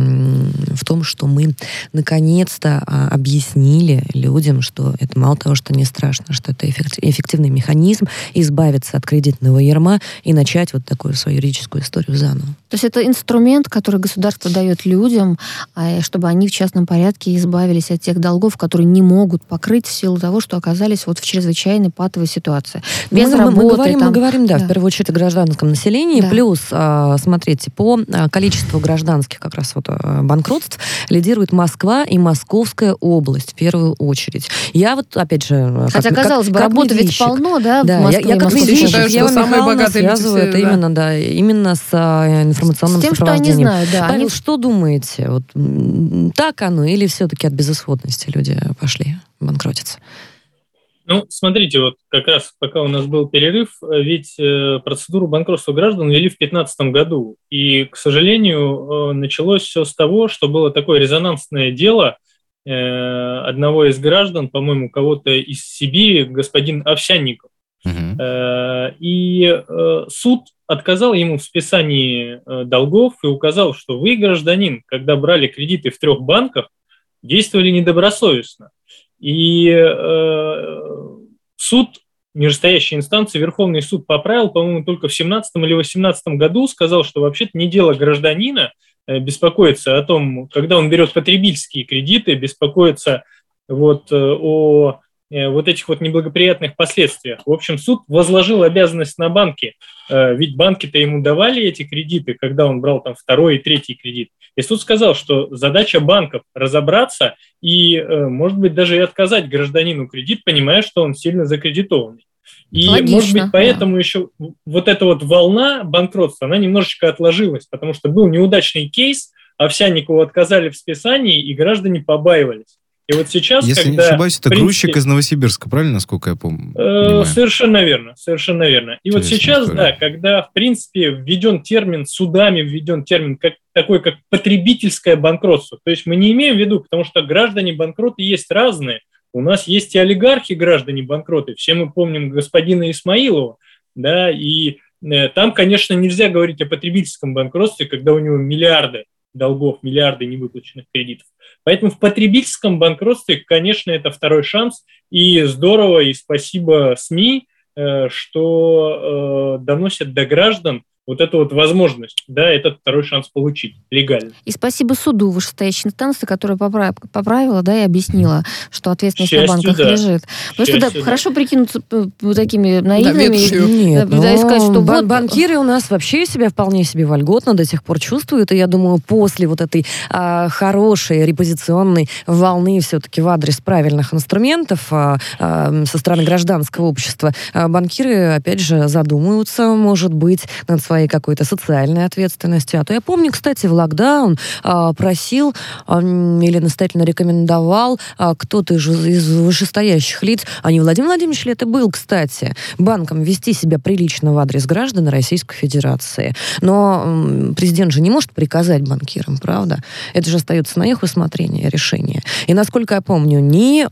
в том, что мы наконец-то объяснили людям, что это мало того, что не страшно, что это эффективный механизм избавиться от кредитного ярма и начать вот такую свою юридическую историю заново. То есть это инструмент, который государство дает людям, чтобы они в частном порядке избавились от тех долгов, которые не могут покрыть в силу того, что оказались вот в чрезвычайной патовой ситуации. Без мы, работы. Мы говорим, там... мы говорим, да, да, в первую очередь о гражданском населении, да. Плюс, смотрите, по количеству гражданских как раз вот банкротств лидирует Москва и Московская область в первую очередь. Я вот, опять же... Хотя, как, казалось как, бы, как работы медийщик. Ведь полно, да, да в Москве. Я, я как медийщик, я Ева Михайловна связываю это да. именно, да, именно с а, информационным с тем, сопровождением. Что они знают, да. Павел, они... что думаете? Вот, так оно или все-таки от безысходности люди пошли банкротиться? Ну, смотрите, вот как раз пока у нас был перерыв, ведь э, процедуру банкротства граждан ввели в две тысячи пятнадцатом году. И, к сожалению, э, началось все с того, что было такое резонансное дело э, одного из граждан, по-моему, кого-то из Сибири, господин Овсянников. Uh-huh. Э, и э, суд отказал ему в списании э, долгов и указал, что вы, гражданин, когда брали кредиты в трех банках, действовали недобросовестно. И э, суд, нижестоящей инстанции, Верховный суд поправил, по-моему, только в семнадцатом или восемнадцатом году, сказал, что вообще-то не дело гражданина э, беспокоиться о том, когда он берет потребительские кредиты, беспокоиться вот, э, о э, вот этих вот неблагоприятных последствиях. В общем, суд возложил обязанность на банки, э, ведь банки-то ему давали эти кредиты, когда он брал там второй и третий кредит. И суд сказал, что задача банков разобраться и, может быть, даже и отказать гражданину кредит, понимая, что он сильно закредитованный. И, логично, может быть, поэтому да. еще вот эта вот волна банкротства, она немножечко отложилась, потому что был неудачный кейс, Овсянникову отказали в списании, и граждане побаивались. И вот сейчас, Если когда, не ошибаюсь, это принципе, грузчик из Новосибирска, правильно, насколько я помню? Э, совершенно верно, совершенно верно. И вот сейчас, история. Да, когда, в принципе, введен термин, судами введен термин, как, такой, как потребительское банкротство. То есть мы не имеем в виду, потому что граждане-банкроты есть разные. У нас есть и олигархи-граждане-банкроты. Все мы помним господина Исмаилова, да, и э, там, конечно, нельзя говорить о потребительском банкротстве, когда у него миллиарды долгов, миллиарды невыплаченных кредитов. Поэтому в потребительском банкротстве, конечно, это второй шанс, и здорово, и спасибо СМИ, что доносят до граждан вот эту вот возможность, да, этот второй шанс получить легально. И спасибо суду вышестоящей инстанции, которая поправ... поправила, да, и объяснила, что ответственность на банках да. лежит. Потому что, да, да, хорошо прикинуться вот такими наивными. Нет, да, да, сказать, что бан- вот... банкиры у нас вообще себя вполне себе вольготно до сих пор чувствуют, и я думаю, после вот этой а, хорошей репозиционной волны все-таки в адрес правильных инструментов а, а, со стороны гражданского общества, а, банкиры, опять же, задумаются, может быть, над своей своей какой-то социальной ответственностью. А то я помню, кстати, в локдаун а, просил а, или настоятельно рекомендовал а, кто-то из, из вышестоящих лиц, а не Владимир Владимирович ли это был, кстати, банкам вести себя прилично в адрес граждан Российской Федерации. Но м, президент же не может приказать банкирам, правда? Это же остается на их усмотрение решение. И насколько я помню, ни,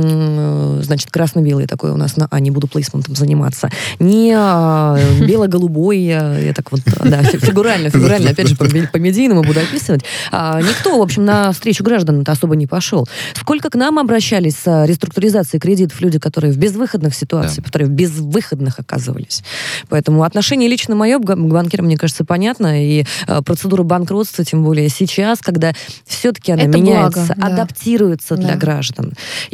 м, значит, красно-белый такой у нас, на, а не буду плейсментом заниматься, ни а, бело-голубой, я, я так вот, да, фигурально, фигурально, опять же, по, по медийному буду описывать, а, никто, в общем, на встречу граждан-то особо не пошел. Сколько к нам обращались с реструктуризацией кредитов люди, которые в безвыходных ситуациях, да. которые в безвыходных оказывались. Поэтому отношение лично мое к банкирам, мне кажется, понятно, и а, процедура банкротства, тем более сейчас, когда все-таки она это меняется, благо, да. адаптируется да. для граждан.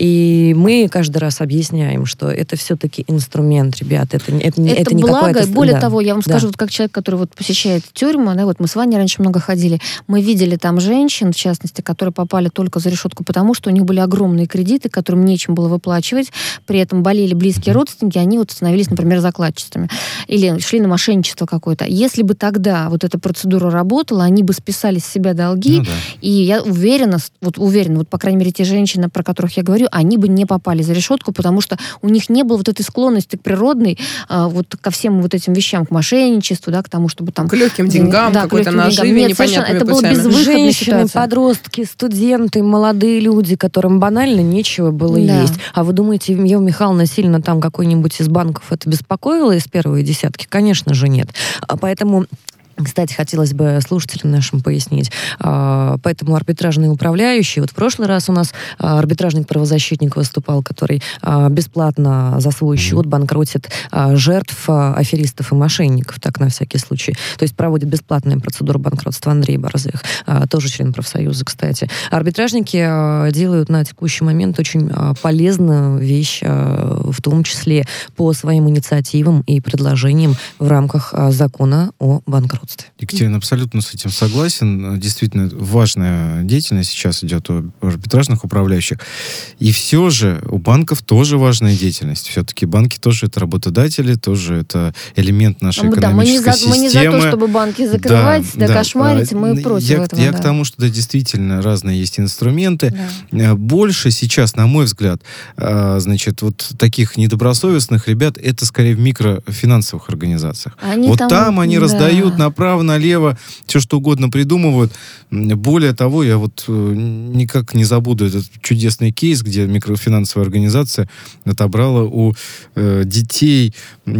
И мы каждый раз объясняем, что это все-таки инструмент, ребят, это, это, это, это не благо, какое-то... и более да. того, я вам да. скажу, вот как человек, который вот посещает тюрьму, да, вот мы с Ваней раньше много ходили, мы видели там женщин, в частности, которые попали только за решетку, потому что у них были огромные кредиты, которым нечем было выплачивать, при этом болели близкие родственники, они вот становились, например, закладчицами, или шли на мошенничество какое-то. Если бы тогда вот эта процедура работала, они бы списали с себя долги, Ну да. и я уверена, вот уверена, вот по крайней мере те женщины, про которых я говорю, они бы не попали за решетку, потому что у них не было вот этой склонности к природной, а, вот ко всем вот этим вещам, к мошенничеству, да, к тому, чтобы там... К легким деньгам, да, какой-то к наживе, Нет, непонятными это было путями. безвыходная Женщины, ситуация. подростки, студенты, молодые люди, которым банально нечего было Да. есть. А вы думаете, Ева Михайловна сильно там какой-нибудь из банков это беспокоило из первой десятки? Конечно же нет. А поэтому... Кстати, хотелось бы слушателям нашим пояснить. Поэтому арбитражный управляющий, вот в прошлый раз у нас арбитражник-правозащитник выступал, который бесплатно за свой счет банкротит жертв аферистов и мошенников, так на всякий случай. То есть проводит бесплатную процедуру банкротства. Андрей Борзых, тоже член профсоюза, кстати. Арбитражники делают на текущий момент очень полезную вещь, в том числе по своим инициативам и предложениям в рамках закона о банкротстве. Екатерина, абсолютно с этим согласен. Действительно, важная деятельность сейчас идет у арбитражных управляющих. И все же у банков тоже важная деятельность. Все-таки банки тоже это работодатели, тоже это элемент нашей да, экономической мы не за, системы. Мы не за то, чтобы банки закрывать, да, да, кошмарить, мы против я, этого. Я да. к тому, что да, действительно разные есть инструменты. Да. Больше сейчас, на мой взгляд, значит, вот таких недобросовестных ребят, это скорее в микрофинансовых организациях. Они вот там, там они да. раздают направо, налево, все что угодно придумывают. Более того, я вот никак не забуду этот чудесный кейс, где микрофинансовая организация отобрала у э, детей,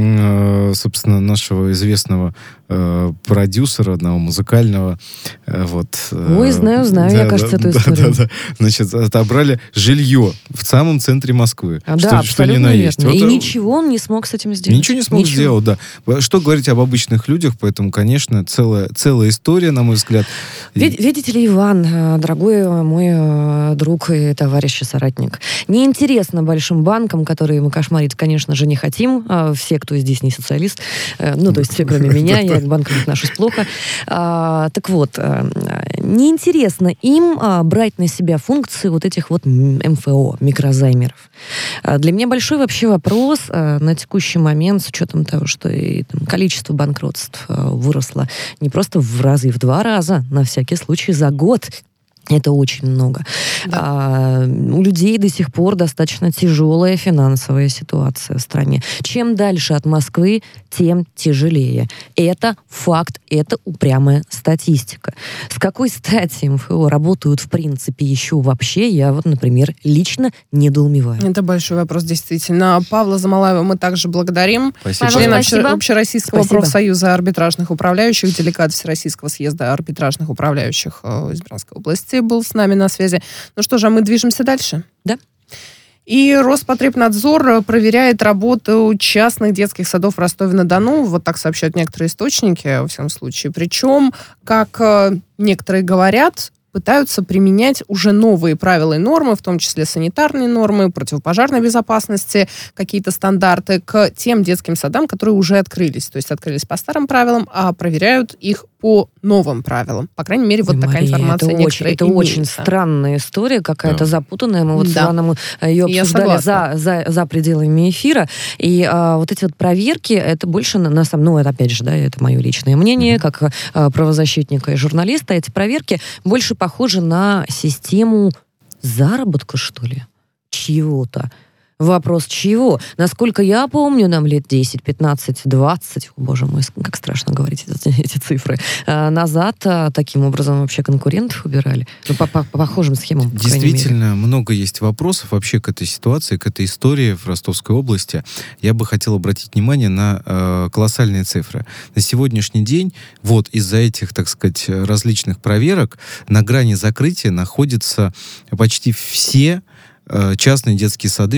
э, собственно, нашего известного э, продюсера одного музыкального. Э, вот, э, Ой, знаю, знаю, да, я, кажется, да, эту да, историю. Да, да. Значит, отобрали жилье в самом центре Москвы. А, что, да, что ни абсолютно на верно. есть. И Вот, ничего он не смог с этим сделать. Ничего не смог Ничего. сделать, да. Что говорить об обычных людях, поэтому, конечно, целая, целая история, на мой взгляд. Вид- видите ли, Иван, дорогой мой друг и товарищ и соратник, неинтересно большим банкам, которые мы кошмарить, конечно же, не хотим, все, кто здесь не социалист, ну, то есть все, кроме меня, я к банкам отношусь плохо. Так вот, неинтересно им брать на себя функции вот этих вот эм эф о, микрозаймеров. Для меня большой вообще вопрос на текущий момент, с учетом того, что и там, количество банкротств выросло не просто в разы, в два раза, на всякий случай, за год. Это очень много. Да. А, у людей до сих пор достаточно тяжелая финансовая ситуация в стране. Чем дальше от Москвы, тем тяжелее. Это факт, это упрямая статистика. С какой стати эм эф о работают в принципе еще вообще, я вот, например, лично недоумеваю. Это большой вопрос, действительно. Павла Замалаева мы также благодарим. Спасибо. Член Спасибо. Общероссийского Спасибо. профсоюза арбитражных управляющих, делегат Всероссийского съезда арбитражных управляющих из Брянской области был с нами на связи. Ну что же, а мы движемся дальше? Да. И Роспотребнадзор проверяет работу частных детских садов в Ростове-на-Дону. Вот так сообщают некоторые источники, во всяком случае. Причем, как некоторые говорят, пытаются применять уже новые правила и нормы, в том числе санитарные нормы, противопожарной безопасности, какие-то стандарты к тем детским садам, которые уже открылись. То есть открылись по старым правилам, а проверяют их по новым правилам. По крайней мере, вот Ой, такая Мария, информация это некоторая очень, это имеется. очень странная история, какая-то Да. запутанная. Мы вот с Да. Иваном ее Я обсуждали согласна. за, за, за пределами эфира. И а, вот эти вот проверки, это больше на, на самом... Ну, это опять же, да, это мое личное мнение, как а, правозащитника и журналиста. Эти проверки больше похожи на систему заработка, что ли? Чего-то. Вопрос чего? Насколько я помню, нам лет десять, пятнадцать, двадцать, о, боже мой, как страшно говорить эти, эти цифры, а, назад а, таким образом вообще конкурентов убирали. Ну, по, по, по похожим схемам, по крайней мере. Действительно, много есть вопросов вообще к этой ситуации, к этой истории в Ростовской области. Я бы хотел обратить внимание на э, колоссальные цифры. На сегодняшний день вот из-за этих, так сказать, различных проверок на грани закрытия находятся почти все частные детские сады,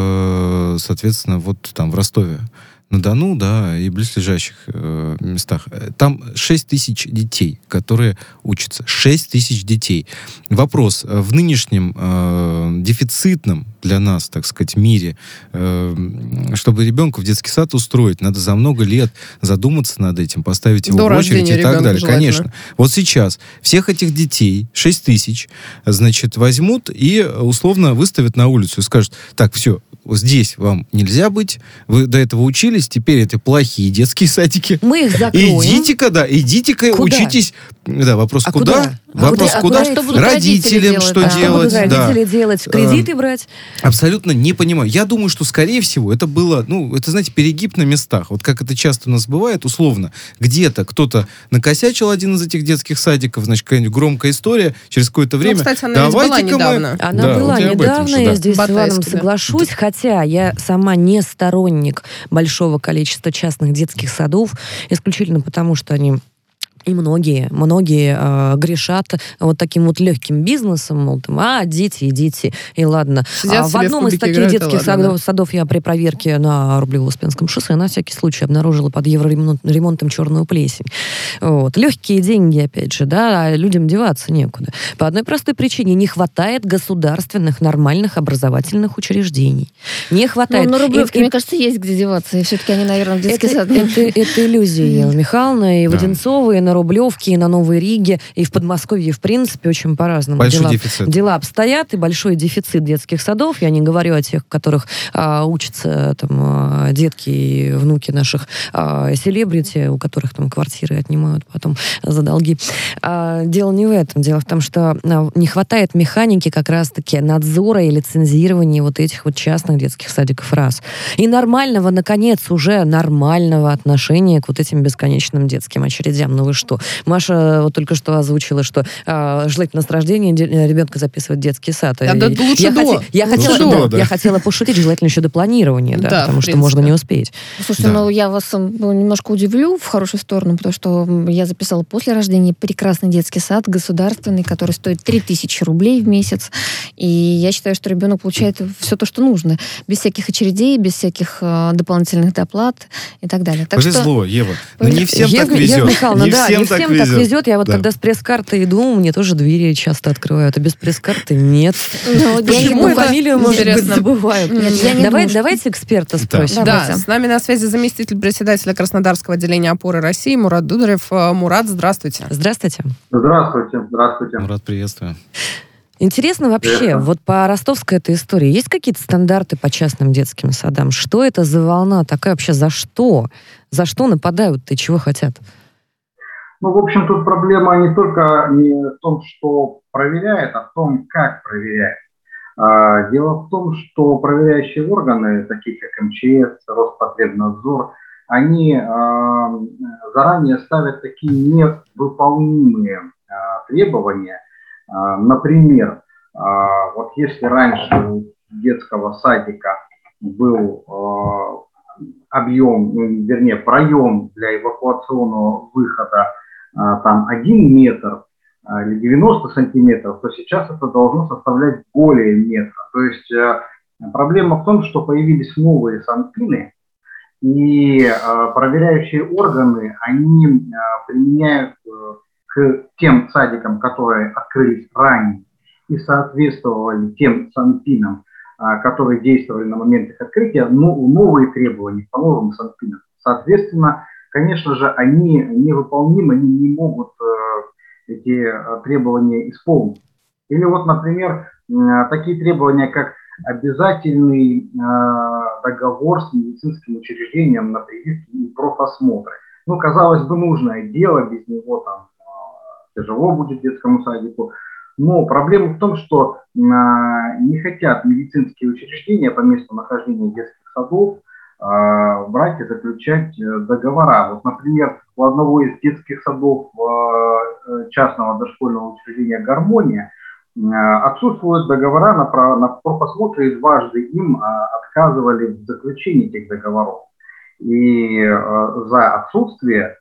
в, соответственно, вот там в Ростове-на-Дону, да, и близлежащих э, местах. Там шесть тысяч детей, которые учатся. шесть тысяч детей. Вопрос. В нынешнем э, дефицитном для нас, так сказать, мире, э, чтобы ребенка в детский сад устроить, надо за много лет задуматься над этим, поставить его До в очередь и так далее. желательно. Конечно. Вот сейчас всех этих детей, шесть тысяч, значит, возьмут и условно выставят на улицу и скажут: так, все, здесь вам нельзя быть, вы до этого учились, теперь это плохие детские садики. Мы их закроем. Идите-ка, да, идите-ка, Куда? учитесь. Да, вопрос А куда? куда? Вопрос А куда? куда? Что будут родители Родителям делать, что да? Что делать? будут Да. родители делать? Кредиты брать? Абсолютно не понимаю. Я думаю, что, скорее всего, это было, ну, это, знаете, перегиб на местах. Вот как это часто у нас бывает, условно. Где-то кто-то накосячил один из этих детских садиков, значит, какая-нибудь громкая история, через какое-то время... Ну, кстати, она ведь была давайте-ка мы- недавно. Она Да, была вот я об этом недавно, же, я да. здесь с Батайске, Иваном да. соглашусь, хотя я сама не сторонник большого количества частных детских садов, исключительно потому, что они... И многие, многие э, грешат вот таким вот легким бизнесом, мол, там, а, дети, идите, и ладно. Сидят А в себе в одном из кубике таких играют, и детских ладно, садов, да. садов я при проверке на Рублево-Успенском шоссе на всякий случай обнаружила под евроремонтом черную плесень. Вот. Легкие деньги, опять же, да, а людям деваться некуда. По одной простой причине: не хватает государственных нормальных образовательных учреждений. Не Ну, хватает. на И- Рублевке, и- мне кажется, есть где деваться. И все-таки они, наверное, в детский это, сад. это, это иллюзия, Елена Михайловна, и в Да. Одинцово, и на Рублевке, и на Новой Риге, и в Подмосковье, в принципе, очень по-разному Большой дела, дефицит. дела обстоят, и большой дефицит детских садов. Я не говорю о тех, в которых а, учатся там, а, детки и внуки наших а, селебрити, у которых там квартиры отнимают потом за долги. А, дело не в этом. Дело в том, что а, не хватает механики как раз-таки надзора и лицензирования вот этих вот частных детских садиков, раз. И нормального, наконец, уже нормального отношения к вот этим бесконечным детским очередям. Ну вы что? Маша вот только что озвучила, что э, желательно с рождения де- ребенка записывать в детский сад. Да, да, И лучше я, до. хоте- я Лучше хотела, до, да, да. я хотела пошутить, желательно еще до планирования, да, Да, потому в что можно принципе. не успеть. Слушайте, Да. ну я вас м, ну, немножко удивлю в хорошую сторону, потому что м, я записала после рождения прекрасный детский сад, государственный, который стоит три тысячи рублей в месяц. И я считаю, что ребенок получает все то, что нужно. Без всяких очередей, без всяких э, дополнительных доплат и так далее. Так Повезло, Ева. Но не всем Ева- так везет. Ева Михайловна, не да, всем, не так, всем везет. так везет. Я вот Да. когда с пресс-картой иду, мне тоже двери часто открывают, а без пресс-карты нет. Ну, вот я не Почему думаю, фамилию, может быть, Интересно. забывают? Нет, я не Давай, думаю, что- давайте эксперта спросим. Да, Давайте. с нами на связи заместитель председателя Краснодарского отделения опоры России Мурат Дударев. Э, Мурат, здравствуйте. Здравствуйте. Здравствуйте, здравствуйте. Мурат, приветствую. Интересно вообще, Верно. вот по ростовской этой истории, есть какие-то стандарты по частным детским садам? Что это за волна такая вообще? За что? За что нападают-то и чего хотят? Ну, в общем, тут проблема не только не в том, что проверяет, а в том, как проверяет. А, Дело в том, что проверяющие органы, такие как эм че эс, Роспотребнадзор, они а, заранее ставят такие невыполнимые а, требования. А, Например, а, вот если раньше у детского садика был а, объем, ну, вернее, проем для эвакуационного выхода а, там один метр а, или девяносто сантиметров, то сейчас это должно составлять более метра. То есть а, проблема в том, что появились новые санпины, и а, проверяющие органы, они а, применяют а, к тем садикам, которые открылись ранее и соответствовали тем санпинам, а, которые действовали на момент их открытия, ну, новые требования по новым санпинам. Соответственно, конечно же, они невыполнимы, они не могут эти требования исполнить. Или вот, например, такие требования, как обязательный договор с медицинским учреждением на прививки и профосмотры. Ну, казалось бы, нужное дело, без него там тяжело будет детскому садику. Но проблема в том, что не хотят медицинские учреждения по месту нахождения детских садов брать и заключать договора. Вот, например, у одного из детских садов частного дошкольного учреждения «Гармония» отсутствуют договора на, на профосмотре, и дважды им отказывали в заключении этих договоров. И за отсутствие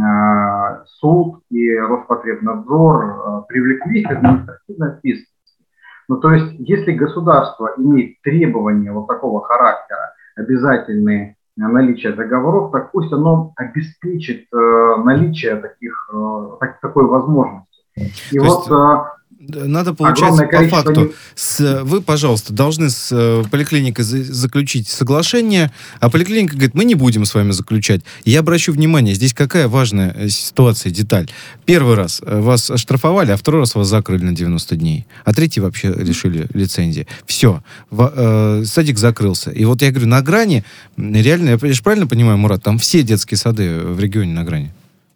суд и Роспотребнадзор привлекли к административной ответственности. Ну, то есть, если государство имеет требования вот такого характера, обязательные наличие договоров, так пусть оно обеспечит э, наличие таких, э, так, такой возможности. И То вот есть... э, Надо, получается, по факту, с, вы, пожалуйста, должны с э, поликлиникой за, заключить соглашение, а поликлиника говорит, мы не будем с вами заключать. Я обращу внимание, здесь какая важная ситуация, деталь. Первый раз вас оштрафовали, а второй раз вас закрыли на девяносто дней, а третий вообще лишили лицензии. Все, в, э, садик закрылся. И вот я говорю, на грани, реально, я же правильно понимаю, Мурат, там все детские сады в регионе на грани?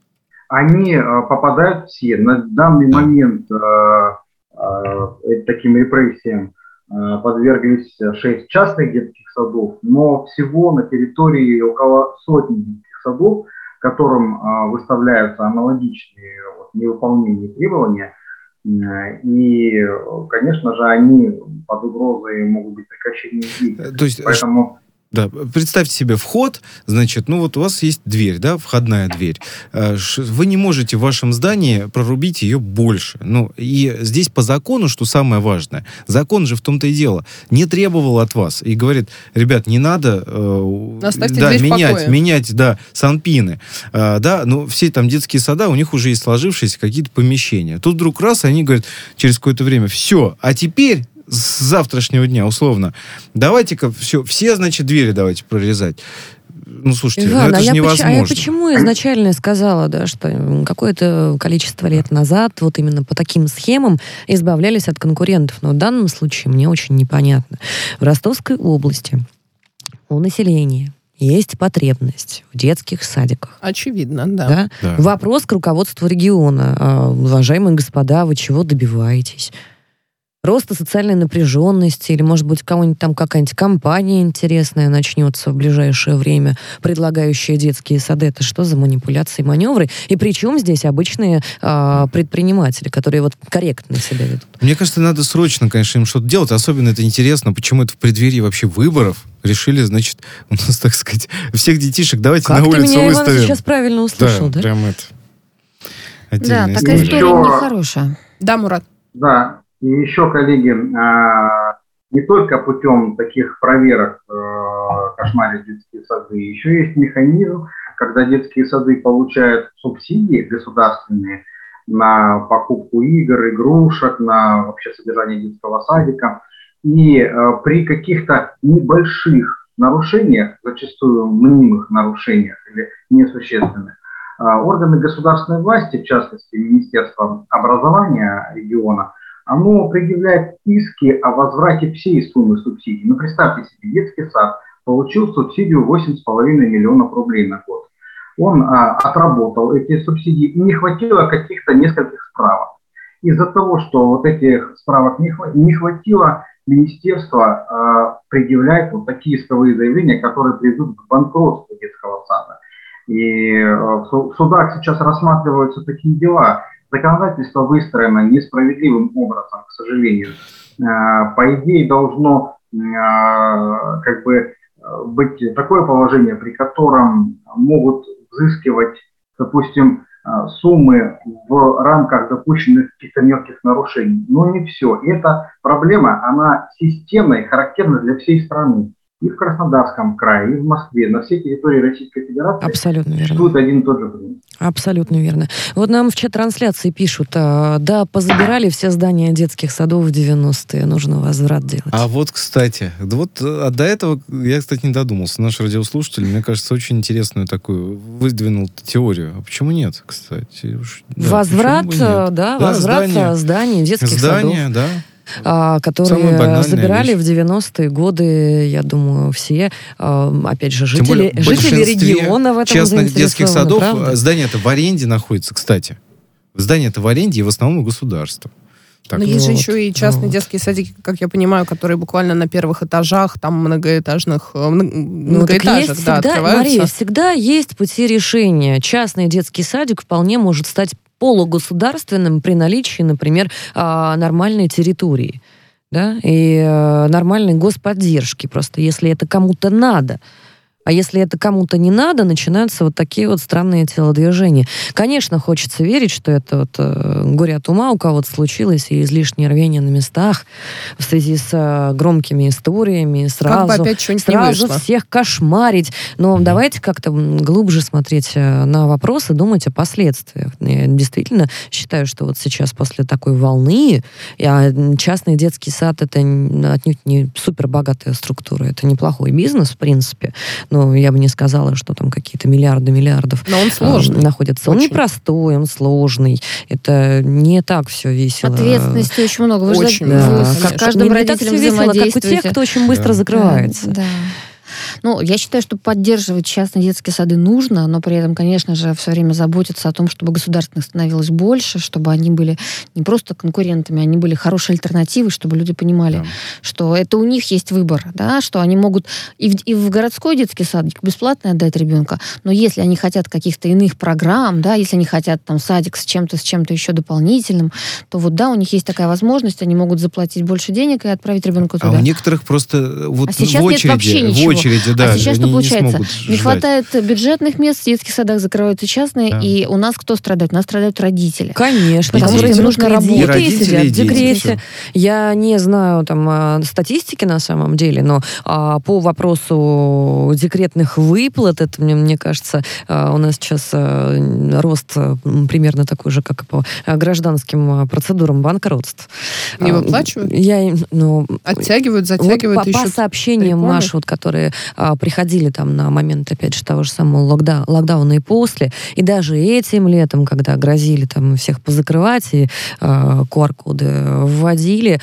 Они э, попадают все. На данный момент э, э, таким репрессиям э, подверглись шесть частных детских садов, но всего на территории около сотни детских садов, которым э, выставляются аналогичные вот, невыполнения требования. Э, и, конечно же, они под угрозой могут быть прекращены деятельности. То есть... Поэтому... Да, представьте себе вход, значит, ну вот у вас есть дверь, да, входная дверь. Вы не можете в вашем здании прорубить ее больше. Ну, и здесь по закону, что самое важное, закон же в том-то и дело, не требовал от вас и говорит, ребят, не надо э, да, менять, менять, да, санпины. Э, да, ну, все там детские сада, у них уже есть сложившиеся какие-то помещения. Тут вдруг раз, они говорят через какое-то время, все, а теперь с завтрашнего дня, условно, давайте-ка все, все, значит, двери давайте прорезать. Ну, слушайте, Иван, ну, это а же я невозможно. Поч- а я почему изначально сказала, да, что какое-то количество лет назад вот именно по таким схемам избавлялись от конкурентов. Но в данном случае мне очень непонятно. В Ростовской области у населения есть потребность в детских садиках. Очевидно, да. Да? Да. Вопрос к руководству региона. Уважаемые господа, вы чего добиваетесь? Роста социальной напряженности, или, может быть, кого-нибудь там какая-нибудь компания интересная начнется в ближайшее время, предлагающая детские сады. Это что за манипуляции, маневры? И причем здесь обычные э, предприниматели, которые вот корректно себя ведут? Мне кажется, надо срочно, конечно, им что-то делать. Особенно это интересно, почему это в преддверии вообще выборов решили, значит, у нас, так сказать, всех детишек давайте как на улицу выставим. Как ты меня, выставим. Иван, сейчас правильно услышал, да? Да, прям это. Да, такая история. история нехорошая. Да, Мурат? Да. И еще, коллеги, не только путем таких проверок кошмарят детские сады, еще есть механизм, когда детские сады получают субсидии государственные на покупку игр, игрушек, на вообще содержание детского садика. И при каких-то небольших нарушениях, зачастую мнимых нарушениях или несущественных, органы государственной власти, в частности Министерство образования региона, оно предъявляет иски о возврате всей суммы субсидий. Ну, представьте себе, детский сад получил субсидию восемь с половиной миллионов рублей на год. Он а, отработал эти субсидии, и не хватило каких-то нескольких справок. Из-за того, что вот этих справок не, хва- не хватило, министерство а, предъявляет вот такие исковые заявления, которые приведут к банкротству детского сада. И а, в судах сейчас рассматриваются такие дела. Законодательство выстроено несправедливым образом, к сожалению. По идее, должно как бы быть такое положение, при котором могут взыскивать, допустим, суммы в рамках допущенных каких-то мелких нарушений. Но не все. И эта проблема, она системная и характерна для всей страны. и в Краснодарском крае, и в Москве, на всей территории Российской Федерации Абсолютно верно. существует один и тот же принцип. Абсолютно верно. Вот нам в чат-трансляции пишут, а, да, позабирали все здания детских садов в девяностые, нужно возврат делать. А вот, кстати, да вот а до этого я, кстати, не додумался. Наш радиослушатель, мне кажется, очень интересную такую выдвинул теорию. А почему нет, кстати? Уж, да, возврат, да, да, возврат здания, зданий детских здания, садов. да. А, которые забирали вещь. В девяностые годы, я думаю, все, а, опять же, жители, более, жители региона в этом частных детских садов, правда? Здание-то в аренде находится, кстати. Здание-то в аренде и в основном у государства. Так, Но вот, есть же еще и частные вот. детские садики, как я понимаю, которые буквально на первых этажах, там многоэтажных, многоэтажек, ну, да, всегда, открываются. Мария, всегда есть пути решения. Частный детский садик вполне может стать полугосударственным при наличии, например, нормальной территории, да, и нормальной господдержки. Просто если это кому-то надо. А если это кому-то не надо, начинаются вот такие вот странные телодвижения. Конечно, хочется верить, что это вот э, горе от ума у кого-то случилось, и излишнее рвение на местах в связи с э, громкими историями, сразу, как бы опять что-нибудь сразу не вышло. Всех кошмарить. Но mm-hmm. давайте как-то глубже смотреть на вопрос и думать о последствиях. Я действительно считаю, что вот сейчас после такой волны, а частный детский сад — это отнюдь не супербогатая структура, это неплохой бизнес, в принципе, но я бы не сказала, что там какие-то миллиарды миллиардов Но он сложный. находятся. Очень. Он непростой, он сложный. Это не так все весело. Ответственности очень много. Вы очень же, да, вы с как, каждым не, родителем не так все весело, как у тех, кто очень быстро да. закрывается. Да, да. Ну, я считаю, что поддерживать частные детские сады нужно, но при этом, конечно же, все время заботиться о том, чтобы государственных становилось больше, чтобы они были не просто конкурентами, они были хорошей альтернативой, чтобы люди понимали, да. что это у них есть выбор, да, что они могут и в, и в городской детский садик бесплатно отдать ребенка, но если они хотят каких-то иных программ, да, если они хотят там садик с чем-то, с чем-то еще дополнительным, то вот да, у них есть такая возможность, они могут заплатить больше денег и отправить ребенка туда. А у некоторых просто вот а сейчас в очереди, нет вообще ничего. в очереди, да, а сейчас что не, получается? Не, не хватает бюджетных мест, в детских садах закрываются частные, да. и у нас кто страдает? У нас страдают родители. Конечно. Потому что им нужно работать. И сидят в декрете. Все. Я не знаю там статистики на самом деле, но а, по вопросу декретных выплат, это, мне, мне кажется, а, у нас сейчас а, рост а, примерно такой же, как и по а, гражданским а, процедурам банкротств. Не выплачивают? Я, ну, Оттягивают, затягивают, вот по, ищут по сообщениям приколы. Маши, вот, которые а, приходили там на момент, опять же, того же самого локда, локдауна и после, и даже этим летом, когда грозили там всех позакрывать и а, ку ар-коды вводили,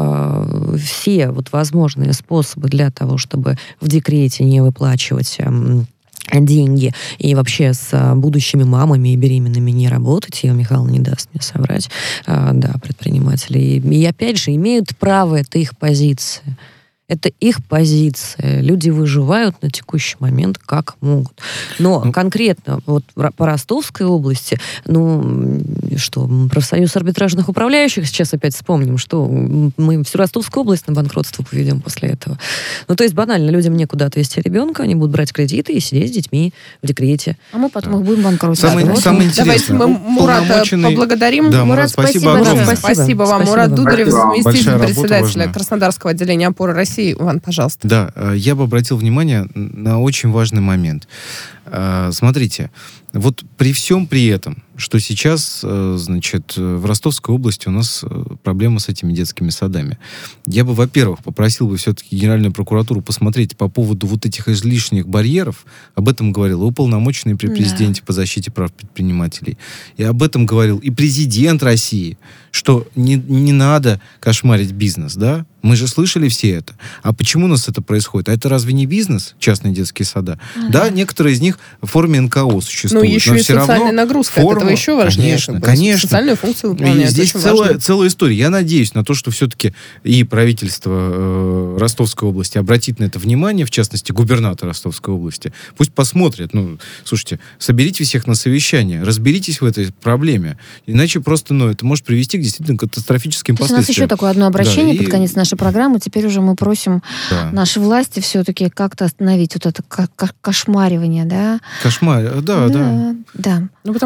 а, все вот возможные способы для того, чтобы в декрете не выплачивать деньги и вообще с а, будущими мамами и беременными не работать, Ева Михайловна не даст мне соврать, а, да, предприниматели. И, и опять же, имеют право, это их позиция. Это их позиция. Люди выживают на текущий момент как могут. Но ну, конкретно вот по Ростовской области, ну, что, профсоюз арбитражных управляющих, сейчас опять вспомним, что мы всю Ростовскую область на банкротство поведем после этого. Ну, то есть банально, людям некуда отвезти ребенка, они будут брать кредиты и сидеть с детьми в декрете. А мы потом их будем банкротить. Самое, вот. самое интересное. Давайте мы Мурата полномоченный... поблагодарим. Да, Мурат, спасибо огромное. Спасибо, спасибо вам. Спасибо Мурат вам. Дударев, заместитель председателя важная. Краснодарского отделения «Опоры России». Иван, пожалуйста. Да, я бы обратил внимание на очень важный момент. Смотрите, вот при всем при этом, что сейчас, значит, в Ростовской области у нас проблема с этими детскими садами. Я бы, во-первых, попросил бы все-таки Генеральную прокуратуру посмотреть по поводу вот этих излишних барьеров. Об этом говорил и уполномоченный при президенте да. по защите прав предпринимателей. И об этом говорил и президент России, что не, не надо кошмарить бизнес, да? Мы же слышали все это. А почему у нас это происходит? А это разве не бизнес, частные детские сада? Mm-hmm. Да, некоторые из них в форме эн ка о существуют. Ну, еще но и все социальная равно нагрузка форма... от этого еще важнее. Конечно, конечно. Социальную функцию выполняет. И здесь целая, целая история. Я надеюсь на то, что все-таки и правительство э, Ростовской области обратит на это внимание, в частности, губернатор Ростовской области. Пусть посмотрят. Ну, слушайте, соберите всех на совещание, разберитесь в этой проблеме. Иначе просто, ну, это может привести к действительно катастрофическим последствиям. У нас еще такое одно обращение да, под и... конец нашей программы. Теперь уже мы просим да. наши власти все-таки как-то остановить вот это кошмаривание, да? Кошмар, да, да. Да. да. Ну, потому что это же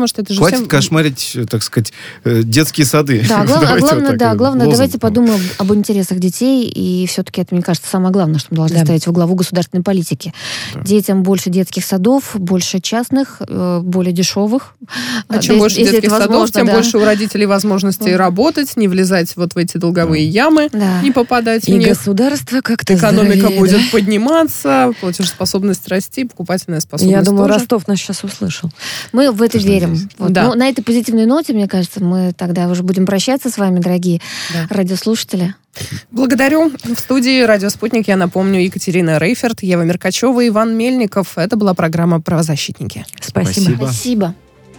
Хватит кошмарить, так сказать, детские сады. Да, глав, главное, вот да, главное лозунг. Давайте подумаем об интересах детей, и все-таки это, мне кажется, самое главное, что мы должны да. ставить во главу государственной политики. Да. Детям больше детских садов, больше частных, более дешевых. А чем больше детских садов, тем да. больше у родителей возможностей да. работать, не влезать вот в эти долговые да. ямы, да. не попадать и в них. И государство как-то Экономика здоровее, будет да? подниматься, платежеспособность расти, покупательная способность Я думаю, тоже. Ростов нас сейчас услышал. Мы в это верим. Вот. Да. Ну, на этой позитивной ноте, мне кажется, мы тогда уже будем прощаться с вами, дорогие да. радиослушатели. Благодарю. В студии «Радио Спутник», я напомню, Екатерина Рейферт, Ева Меркачева и Иван Мельников. Это была программа «Правозащитники». Спасибо. Спасибо. Спасибо.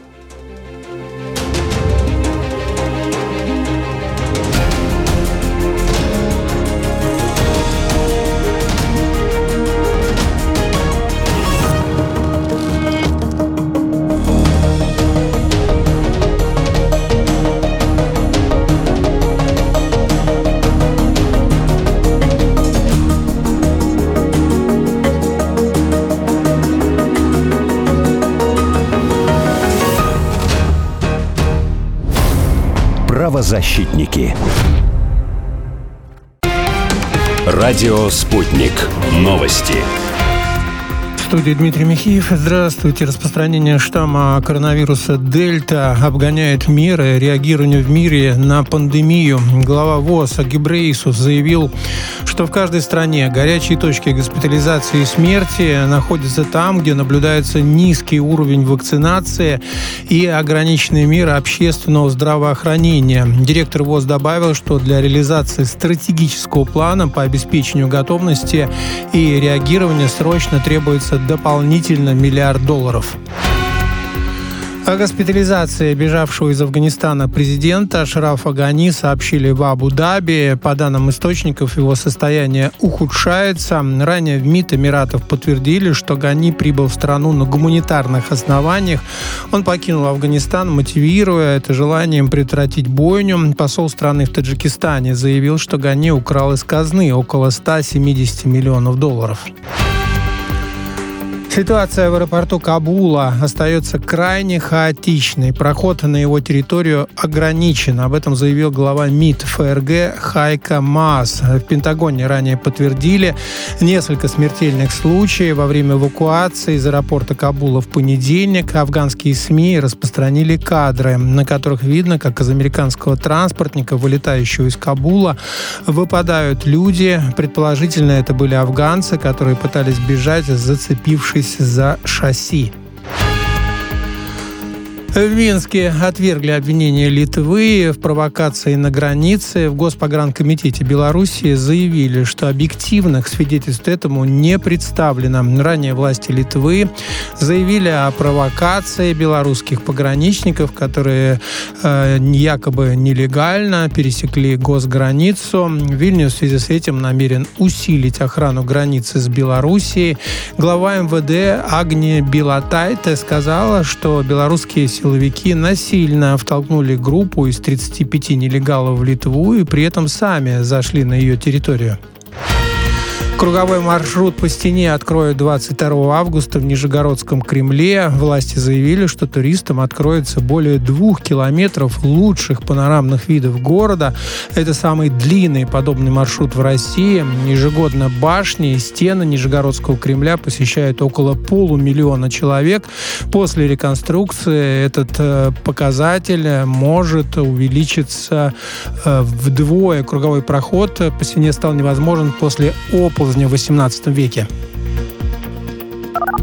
Правозащитники. Радио «Спутник». Новости. В студии Дмитрий Михеев. Здравствуйте. Распространение штамма коронавируса Дельта обгоняет меры реагирования в мире на пандемию. Глава ВОЗ Гебрейесус заявил, что в каждой стране горячие точки госпитализации и смерти находятся там, где наблюдается низкий уровень вакцинации и ограниченные меры общественного здравоохранения. Директор ВОЗ добавил, что для реализации стратегического плана по обеспечению готовности и реагирования срочно требуется дополнительно миллиард долларов. О госпитализации бежавшего из Афганистана президента Ашрафа Гани сообщили в Абу-Даби. По данным источников, его состояние ухудшается. Ранее в МИД Эмиратов подтвердили, что Гани прибыл в страну на гуманитарных основаниях. Он покинул Афганистан, мотивируя это желанием предотвратить бойню. Посол страны в Таджикистане заявил, что Гани украл из казны около ста семидесяти миллионов долларов. Ситуация в аэропорту Кабула остается крайне хаотичной. Проход на его территорию ограничен. Об этом заявил глава МИД ФРГ Хайка Маас. В Пентагоне ранее подтвердили несколько смертельных случаев во время эвакуации из аэропорта Кабула в понедельник. Афганские СМИ распространили кадры, на которых видно, как из американского транспортника, вылетающего из Кабула, выпадают люди. Предположительно, это были афганцы, которые пытались бежать, зацепившись за шасси. В Минске отвергли обвинения Литвы в провокации на границе. В Госпогранкомитете Белоруссии заявили, что объективных свидетельств этому не представлено. Ранее власти Литвы заявили о провокации белорусских пограничников, которые э, якобы нелегально пересекли госграницу. Вильнюс в связи с этим намерен усилить охрану границы с Белоруссией. Глава эм вэ дэ Агния Билатайте сказала, что белорусские силовики насильно втолкнули группу из тридцати пяти нелегалов в Литву и при этом сами зашли на ее территорию. Круговой маршрут по стене откроют двадцать второго августа в Нижегородском Кремле. Власти заявили, что туристам откроется более двух километров лучших панорамных видов города. Это самый длинный подобный маршрут в России. Ежегодно башни и стены Нижегородского Кремля посещают около полумиллиона человек. После реконструкции этот э, показатель может увеличиться э, вдвое. Круговой проход по стене стал невозможен после оползня в восемнадцатом веке.